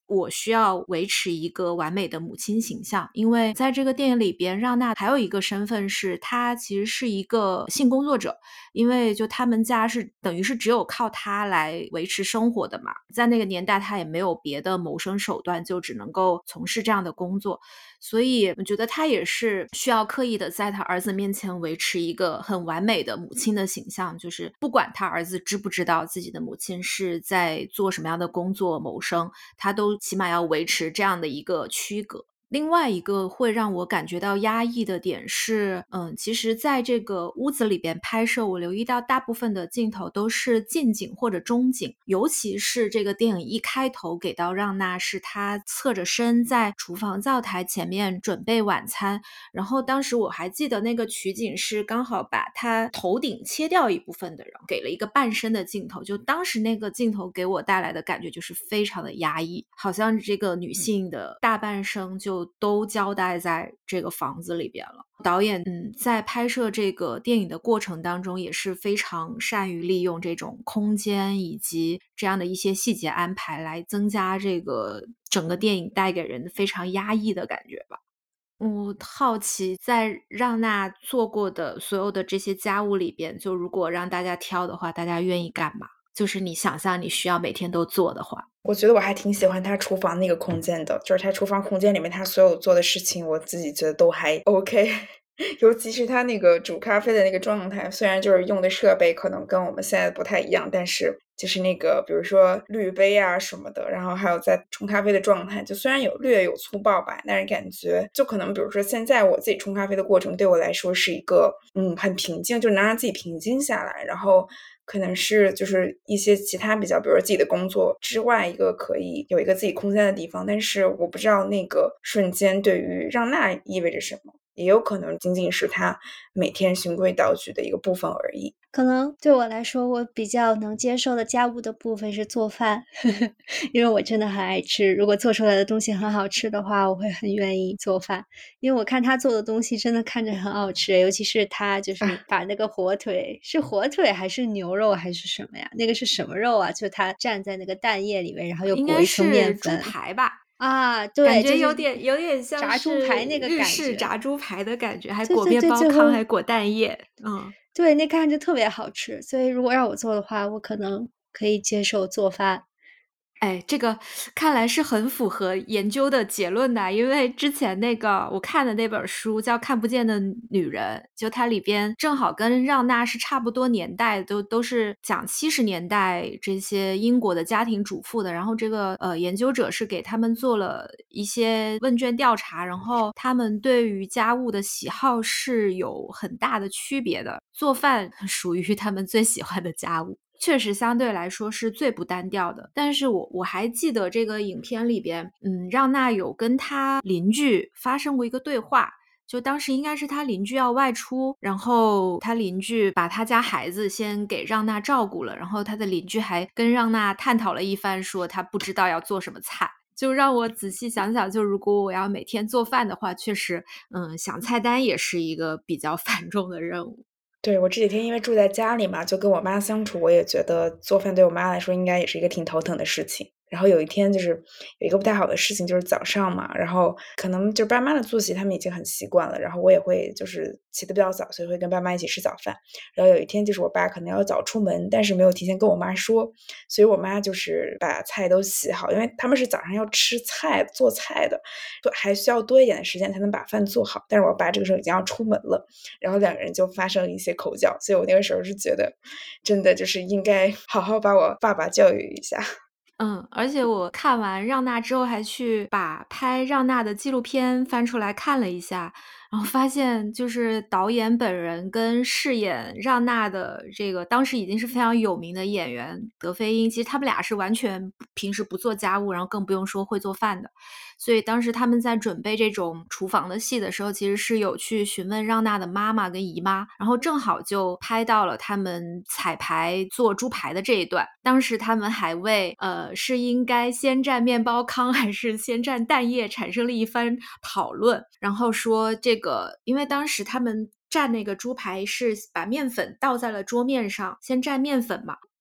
我需要维持一个完美的母亲形象，因为在这个电影里边，让娜还有一个身份是她其实是一个性工作者，因为就他们家是等于是只有靠她来维持生活的嘛，在那个年代她也没有别的谋生手段，就只能够从事这样的工作，所以我觉得她也是需要刻意的在她儿子面前维持一个很完美的母亲的形象，就是不管他儿子知不知道自己的母亲是在做什么样的工作谋生，他都起码要维持这样的一个区隔。另外一个会让我感觉到压抑的点是，其实在这个屋子里边拍摄，我留意到大部分的镜头都是近景或者中景，尤其是这个电影一开头给到让娜是她侧着身在厨房灶台前面准备晚餐，然后当时我还记得那个取景是刚好把她头顶切掉一部分的人，给了一个半身的镜头，就当时那个镜头给我带来的感觉就是非常的压抑，好像这个女性的大半生就都交代在这个房子里边了。导演在拍摄这个电影的过程当中也是非常善于利用这种空间以及这样的一些细节安排来增加这个整个电影带给人非常压抑的感觉吧。我好奇在让娜做过的所有的这些家务里边，就如果让大家挑的话，大家愿意干嘛？就是你想象你需要每天都做的话。 我觉得我还挺喜欢他厨房那个空间的，就是他厨房空间里面他所有做的事情，我自己觉得都还 OK。尤其是他那个煮咖啡的那个状态，虽然就是用的设备可能跟我们现在不太一样，但是就是那个比如说滤杯啊什么的，然后还有在冲咖啡的状态，就虽然略有粗暴吧，但是感觉就可能比如说现在我自己冲咖啡的过程对我来说是一个很平静，就能让自己平静下来，然后可能是就是一些其他比较比如说自己的工作之外一个可以有一个自己空间的地方，但是我不知道那个瞬间对于让娜意味着什么，也有可能仅仅是他每天循规蹈矩的一个部分而已。 可能对我来说，我比较能接受的家务的部分是做饭，因为我真的很爱吃。如果做出来的东西很好吃的话，我会很愿意做饭。因为我看他做的东西真的看着很好吃，尤其是他就是把那个火腿，是火腿还是牛肉还是什么呀？那个是什么肉啊？就他蘸在那个蛋液里面，然后又应该裹一层面是猪粉。 排吧， 啊，对， 感觉就是有点像炸猪排那个是日感觉。 式炸猪排的感觉，还对对对， 裹面包最后糠，还裹蛋液。 对，那看着特别好吃，所以如果让我做的话，我可能可以接受做饭。 哎，这个看来是很符合研究的结论的，因为之前那个我看的那本书叫《看不见的女人》，就它里边正好跟让娜是差不多年代，都是讲70年代这些英国的家庭主妇的。然后这个研究者是给他们做了一些问卷调查，然后他们对于家务的喜好是有很大的区别的，做饭属于他们最喜欢的家务。确实相对来说是最不单调的，但是我还记得这个影片里边，让娜有跟他邻居发生过一个对话，就当时应该是他邻居要外出，然后他邻居把他家孩子先给让娜照顾了，然后他的邻居还跟让娜探讨了一番，说他不知道要做什么菜。就让我仔细想想，就如果我要每天做饭的话，确实，想菜单也是一个比较繁重的任务。 对，我这几天因为住在家里嘛，就跟我妈相处，我也觉得做饭对我妈来说应该也是一个挺头疼的事情。然后有一天就是有一个不太好的事情，就是早上嘛，然后可能就爸妈的作息他们已经很习惯了，然后我也会就是起得比较早，所以会跟爸妈一起吃早饭。然后有一天就是我爸可能要早出门，但是没有提前跟我妈说，所以我妈就是把菜都洗好，因为他们是早上要吃菜做菜的，就还需要多一点的时间才能把饭做好。但是我爸这个时候已经要出门了，然后两个人就发生了一些口角，所以我那个时候是觉得，真的就是应该好好把我爸爸教育一下。 而且我看完让娜之后，还去把拍让娜的纪录片翻出来看了一下，然后发现就是导演本人跟饰演让娜的这个当时已经是非常有名的演员德菲英，其实他们俩是完全平时不做家务，然后更不用说会做饭的。所以当时他们在准备这种厨房的戏的时候，其实是有去询问让娜的妈妈跟姨妈，然后正好就拍到了他们彩排做猪排的这一段。当时他们还为是应该先蘸面包糠还是先蘸蛋液产生了一番讨论，然后说这个因为当时他们蘸那个猪排是把面粉倒在了桌面上，先蘸面粉嘛，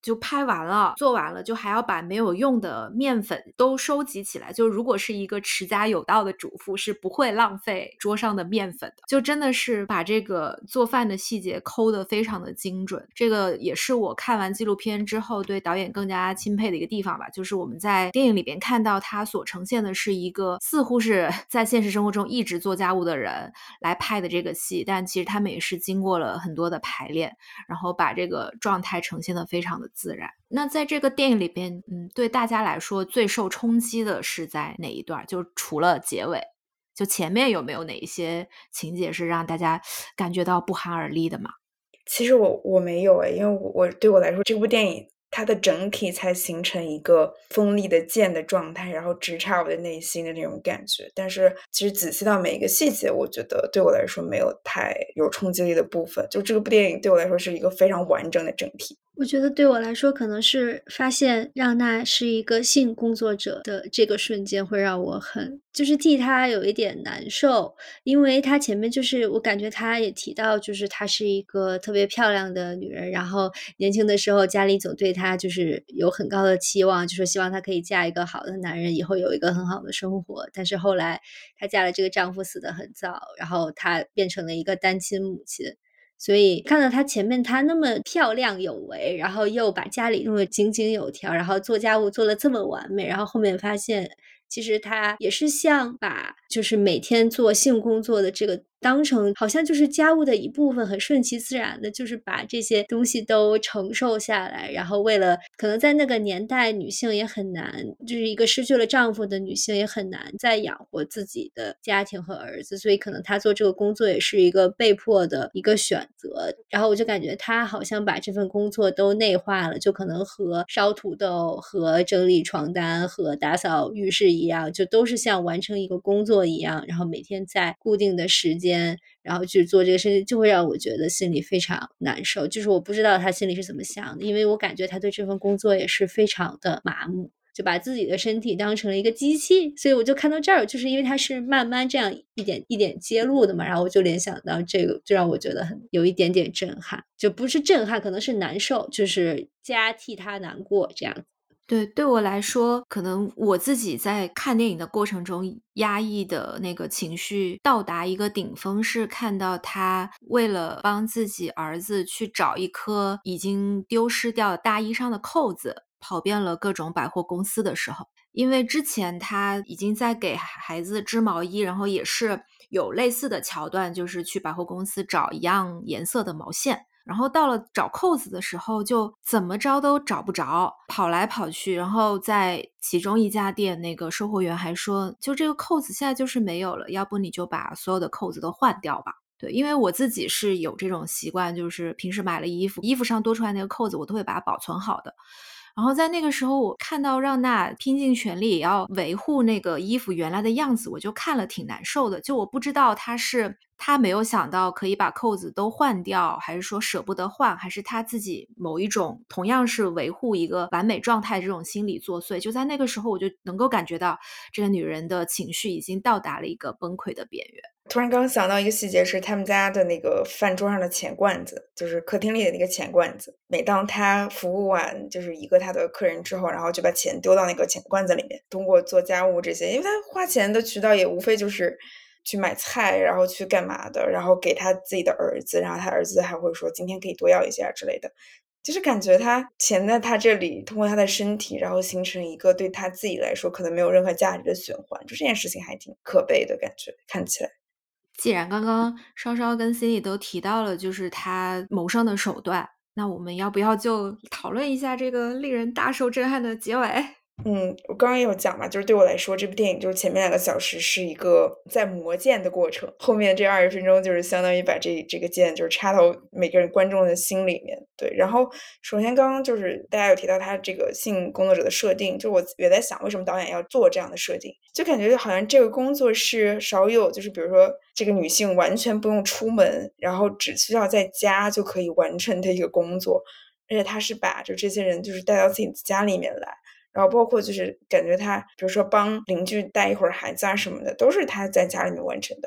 就拍完了做完了，就还要把没有用的面粉都收集起来，就如果是一个持家有道的主妇是不会浪费桌上的面粉的，就真的是把这个做饭的细节抠得非常的精准。这个也是我看完纪录片之后对导演更加钦佩的一个地方吧，就是我们在电影里边看到他所呈现的是一个似乎是在现实生活中一直做家务的人来拍的这个戏，但其实他们也是经过了很多的排练，然后把这个状态呈现得非常的自然。那在这个电影里边，对大家来说最受冲击的是在哪一段？就除了结尾，就前面有没有哪一些情节是让大家感觉到不寒而栗的吗？ 其实我没有因为我对我来说，这部电影它的整体才形成一个锋利的剑的状态，然后直插我的内心的那种感觉。但是其实仔细到每一个细节，我觉得对我来说没有太有冲击力的部分。就这个部电影对我来说是一个非常完整的整体。 我觉得对我来说，可能是发现让娜是一个性工作者的这个瞬间会让我就是替她有一点难受。因为她前面就是我感觉她也提到，就是她是一个特别漂亮的女人，然后年轻的时候家里总对她就是有很高的期望，就说希望她可以嫁一个好的男人，以后有一个很好的生活。但是后来她嫁了这个丈夫死得很早，然后她变成了一个单亲母亲。所以看到她前面她那么漂亮有为，然后又把家里弄得井井有条，然后做家务做得这么完美，然后后面发现其实她也是像把就是每天做性工作的这个当成好像就是家务的一部分，很顺其自然的就是把这些东西都承受下来。然后为了可能在那个年代女性也很难，就是一个失去了丈夫的女性也很难再养活自己的家庭和儿子，所以可能她做这个工作也是一个被迫的一个选择。然后我就感觉她好像把这份工作都内化了，就可能和烧土豆和整理床单和打扫浴室一样，就都是像完成一个工作一样，然后每天在固定的时间然后去做这个事情，就会让我觉得心里非常难受。就是我不知道他心里是怎么想的，因为我感觉他对这份工作也是非常的麻木，就把自己的身体当成了一个机器。所以我就看到这儿，就是因为他是慢慢这样一点一点揭露的嘛，然后我就联想到这个，就让我觉得有一点点震撼，就不是震撼，可能是难受，就是加替他难过这样子。 对我来说，可能我自己在看电影的过程中压抑的那个情绪到达一个顶峰，是看到他为了帮自己儿子去找一颗已经丢失掉的大衣上的扣子，跑遍了各种百货公司的时候。因为之前他已经在给孩子织毛衣，然后也是有类似的桥段，就是去百货公司找一样颜色的毛线。然后到了找扣子的时候，就怎么着都找不着，跑来跑去。然后在其中一家店，那个售货员还说，就这个扣子现在就是没有了，要不你就把所有的扣子都换掉吧。对，因为我自己是有这种习惯，就是平时买了衣服，衣服上多出来那个扣子，我都会把它保存好的。然后在那个时候，我看到让娜拼尽全力也要维护那个衣服原来的样子，我就看了挺难受的。就我不知道他没有想到可以把扣子都换掉，还是说舍不得换，还是他自己某一种同样是维护一个完美状态这种心理作祟。就在那个时候，我就能够感觉到这个女人的情绪已经到达了一个崩溃的边缘。 突然刚想到一个细节，是他们家的那个饭桌上的钱罐子，就是客厅里的那个钱罐子。每当他服务完就是一个他的客人之后，然后就把钱丢到那个钱罐子里面。通过做家务这些，因为他花钱的渠道也无非就是去买菜，然后去干嘛的，然后给他自己的儿子，然后他儿子还会说今天可以多要一些之类的。就是感觉他钱在他这里，通过他的身体，然后形成一个对他自己来说可能没有任何价值的循环，就这件事情还挺可悲的感觉，看起来。 既然刚刚稍稍跟 Cindy 都提到了就是他谋生的手段，那我们要不要就讨论一下这个令人大受震撼的结尾？ 我刚刚也有讲嘛，就是对我来说，这部电影就是前面2个小时是一个在磨剑的过程，后面这20分钟就是相当于把这个剑就是插到每个人观众的心里面。对，然后首先刚刚就是大家有提到他这个性工作者的设定，就我也在想为什么导演要做这样的设定，就感觉好像这个工作是少有，就是比如说这个女性完全不用出门，然后只需要在家就可以完成的一个工作，而且他是把就这些人就是带到自己家里面来。然后包括就是感觉他比如说帮邻居带一会儿孩子啊什么的，都是他在家里面完成的。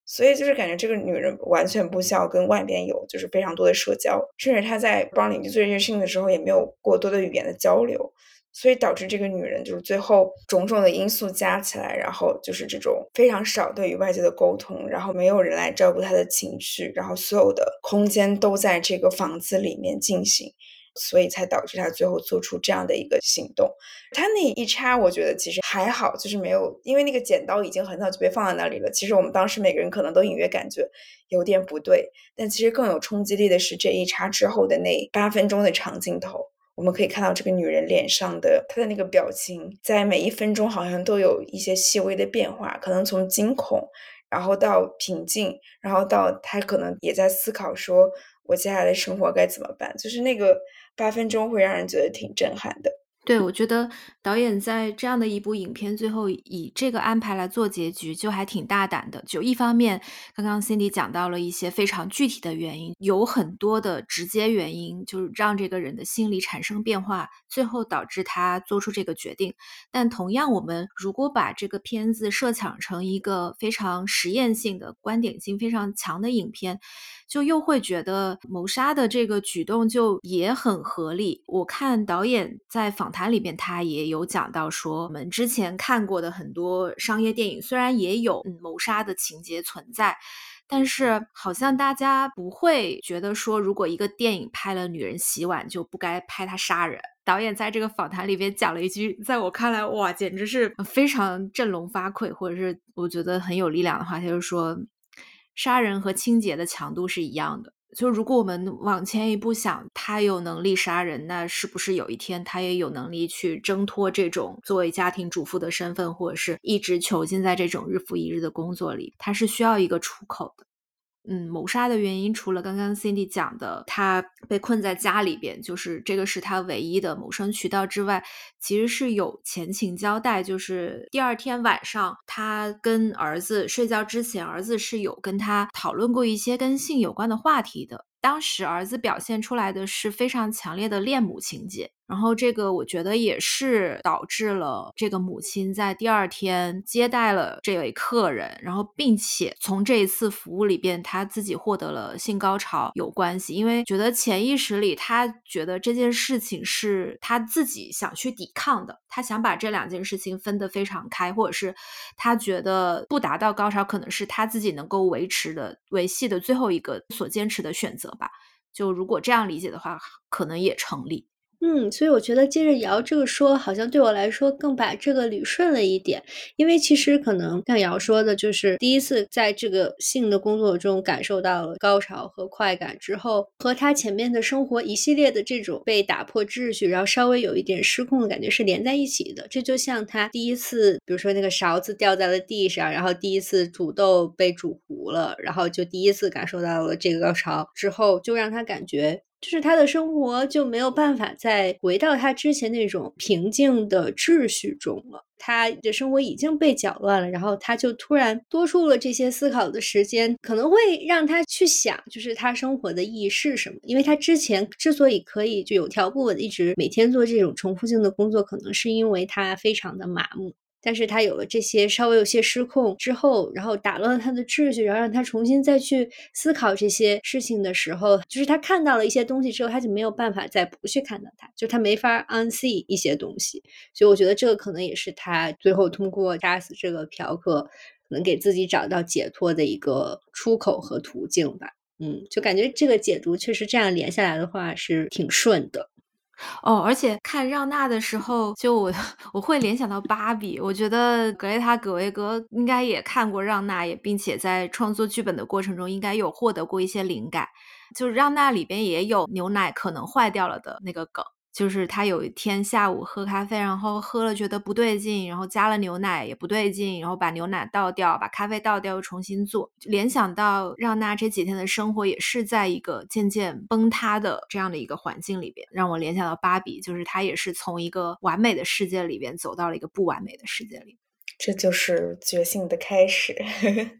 所以就是感觉这个女人完全不需要跟外边有就是非常多的社交，甚至她在帮邻居做这些事情的时候也没有过多的语言的交流，所以导致这个女人就是最后种种的因素加起来，然后就是这种非常少对于外界的沟通，然后没有人来照顾她的情绪，然后所有的空间都在这个房子里面进行，所以才导致她最后做出这样的一个行动。他那一插我觉得其实还好，就是没有，因为那个剪刀已经很早就被放在那里了，其实我们当时每个人可能都隐约感觉有点不对，但其实更有冲击力的是这一插之后的那8分钟的长镜头，我们可以看到这个女人脸上的她的那个表情在每1分钟好像都有一些细微的变化，可能从惊恐然后到平静，然后到她可能也在思考说我接下来的生活该怎么办，就是那个8分钟会让人觉得挺震撼的。 对，我觉得导演在这样的一部影片最后以这个安排来做结局，就还挺大胆的。就一方面，刚刚 Cindy 讲到了一些非常具体的原因，有很多的直接原因，就是让这个人的心理产生变化，最后导致他做出这个决定。但同样，我们如果把这个片子设想成一个非常实验性的、观点性非常强的影片，就又会觉得谋杀的这个举动就也很合理。我看导演在访谈里边他也有讲到说，我们之前看过的很多商业电影虽然也有谋杀的情节存在，但是好像大家不会觉得说，如果一个电影拍了女人洗碗，就不该拍她杀人。导演在这个访谈里边讲了一句，在我看来，哇，简直是非常振聋发聩，或者是我觉得很有力量的话，他就说，杀人和清洁的强度是一样的。就如果我们往前一步想，他有能力杀人，那是不是有一天他也有能力去挣脱这种作为家庭主妇的身份，或者是一直囚禁在这种日复一日的工作里，他是需要一个出口的。谋杀的原因除了刚刚 Cindy 讲的，他被困在家里边，就是这个是他唯一的谋生渠道之外，其实是有前情交代，就是第二天晚上，他跟儿子睡觉之前，儿子是有跟他讨论过一些跟性有关的话题的。当时儿子表现出来的是非常强烈的恋母情节，然后这个我觉得也是导致了这个母亲在第二天接待了这位客人，然后并且从这一次服务里边他自己获得了性高潮有关系，因为觉得潜意识里他觉得这件事情是他自己想去抵抗的，他想把这两件事情分得非常开，或者是他觉得不达到高潮可能是他自己能够维系的最后一个所坚持的选择吧，就如果这样理解的话可能也成立。 所以我觉得接着瑶这个说，好像对我来说更把这个捋顺了一点。因为其实可能像瑶说的，就是第一次在这个性的工作中感受到了高潮和快感之后，和他前面的生活一系列的这种被打破秩序，然后稍微有一点失控的感觉是连在一起的。这就像他第一次，比如说那个勺子掉在了地上，然后第一次煮豆被煮糊了，然后就第一次感受到了这个高潮之后，就让他感觉就是他的生活就没有办法再回到他之前那种平静的秩序中了。他的生活已经被搅乱了，然后他就突然多出了这些思考的时间，可能会让他去想，就是他生活的意义是什么。因为他之前之所以可以就有条不紊的一直每天做这种重复性的工作，可能是因为他非常的麻木。但是他有了这些稍微有些失控之后，然后打乱他的秩序，然后让他重新再去思考这些事情的时候，就是他看到了一些东西之后，他就没有办法再不去看到它，就他没法 unsee 一些东西。所以我觉得这个可能也是他最后通过杀死这个嫖客，可能给自己找到解脱的一个出口和途径吧。就感觉这个解读确实这样连下来的话是挺顺的。 而且看让娜的时候，就我会联想到芭比，我觉得格雷塔·葛维格应该也看过让娜，也并且在创作剧本的过程中应该有获得过一些灵感。就是让娜里边也有牛奶可能坏掉了的那个梗。就是他有一天下午喝咖啡，然后喝了觉得不对劲，然后加了牛奶也不对劲，然后把牛奶倒掉，把咖啡倒掉又重新做。联想到让娜这几天的生活也是在一个渐渐崩塌的这样的一个环境里边，让我联想到芭比，就是她也是从一个完美的世界里边走到了一个不完美的世界里。 这就是觉醒的开始。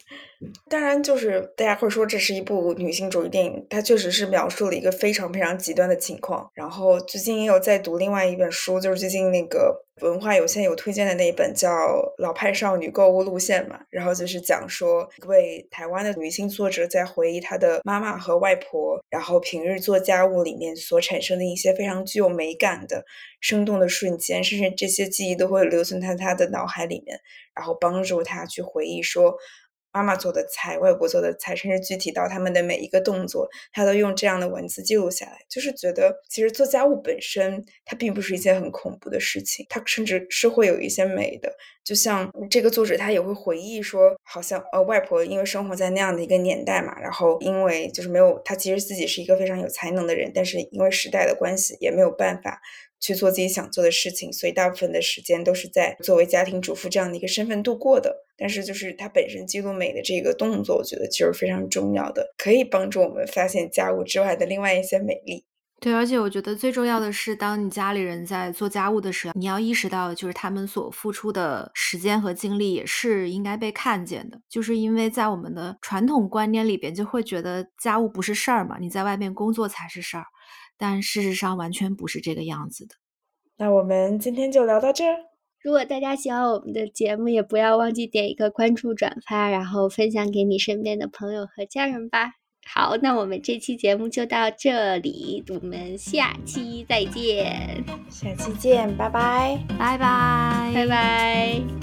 当然，就是大家会说这是一部女性主义电影，它确实是描述了一个非常非常极端的情况。然后最近也有在读另外一本书，就是最近那个文化有限有推荐的那一本叫《老派少女购物路线》嘛，然后就是讲说一位台湾的女性作者在回忆她的妈妈和外婆，然后平日做家务里面所产生的一些非常具有美感的生动的瞬间，甚至这些记忆都会留存在她的脑海里面，然后帮助她去回忆说妈妈做的菜，外婆做的菜，甚至具体到他们的每一个动作，他都用这样的文字记录下来。就是觉得，其实做家务本身，它并不是一件很恐怖的事情，它甚至是会有一些美的。就像这个作者他也会回忆说，好像外婆因为生活在那样的一个年代嘛，然后因为就是没有，她其实自己是一个非常有才能的人，但是因为时代的关系，也没有办法去做自己想做的事情，所以大部分的时间都是在作为家庭主妇这样的一个身份度过的。但是就是它本身记录美的这个动作，我觉得就是非常重要的，可以帮助我们发现家务之外的另外一些美丽。 对，而且我觉得最重要的是，当你家里人在做家务的时候，你要意识到，就是他们所付出的时间和精力也是应该被看见的。就是因为在我们的传统观念里边，就会觉得家务不是事儿嘛，你在外面工作才是事儿，但事实上完全不是这个样子的。 那我们今天就聊到这儿。 如果大家喜欢我们的节目，也不要忘记点一个关注、转发，然后分享给你身边的朋友和家人吧。好，那我们这期节目就到这里，我们下期再见， 下期见，拜拜， 拜拜， 拜拜。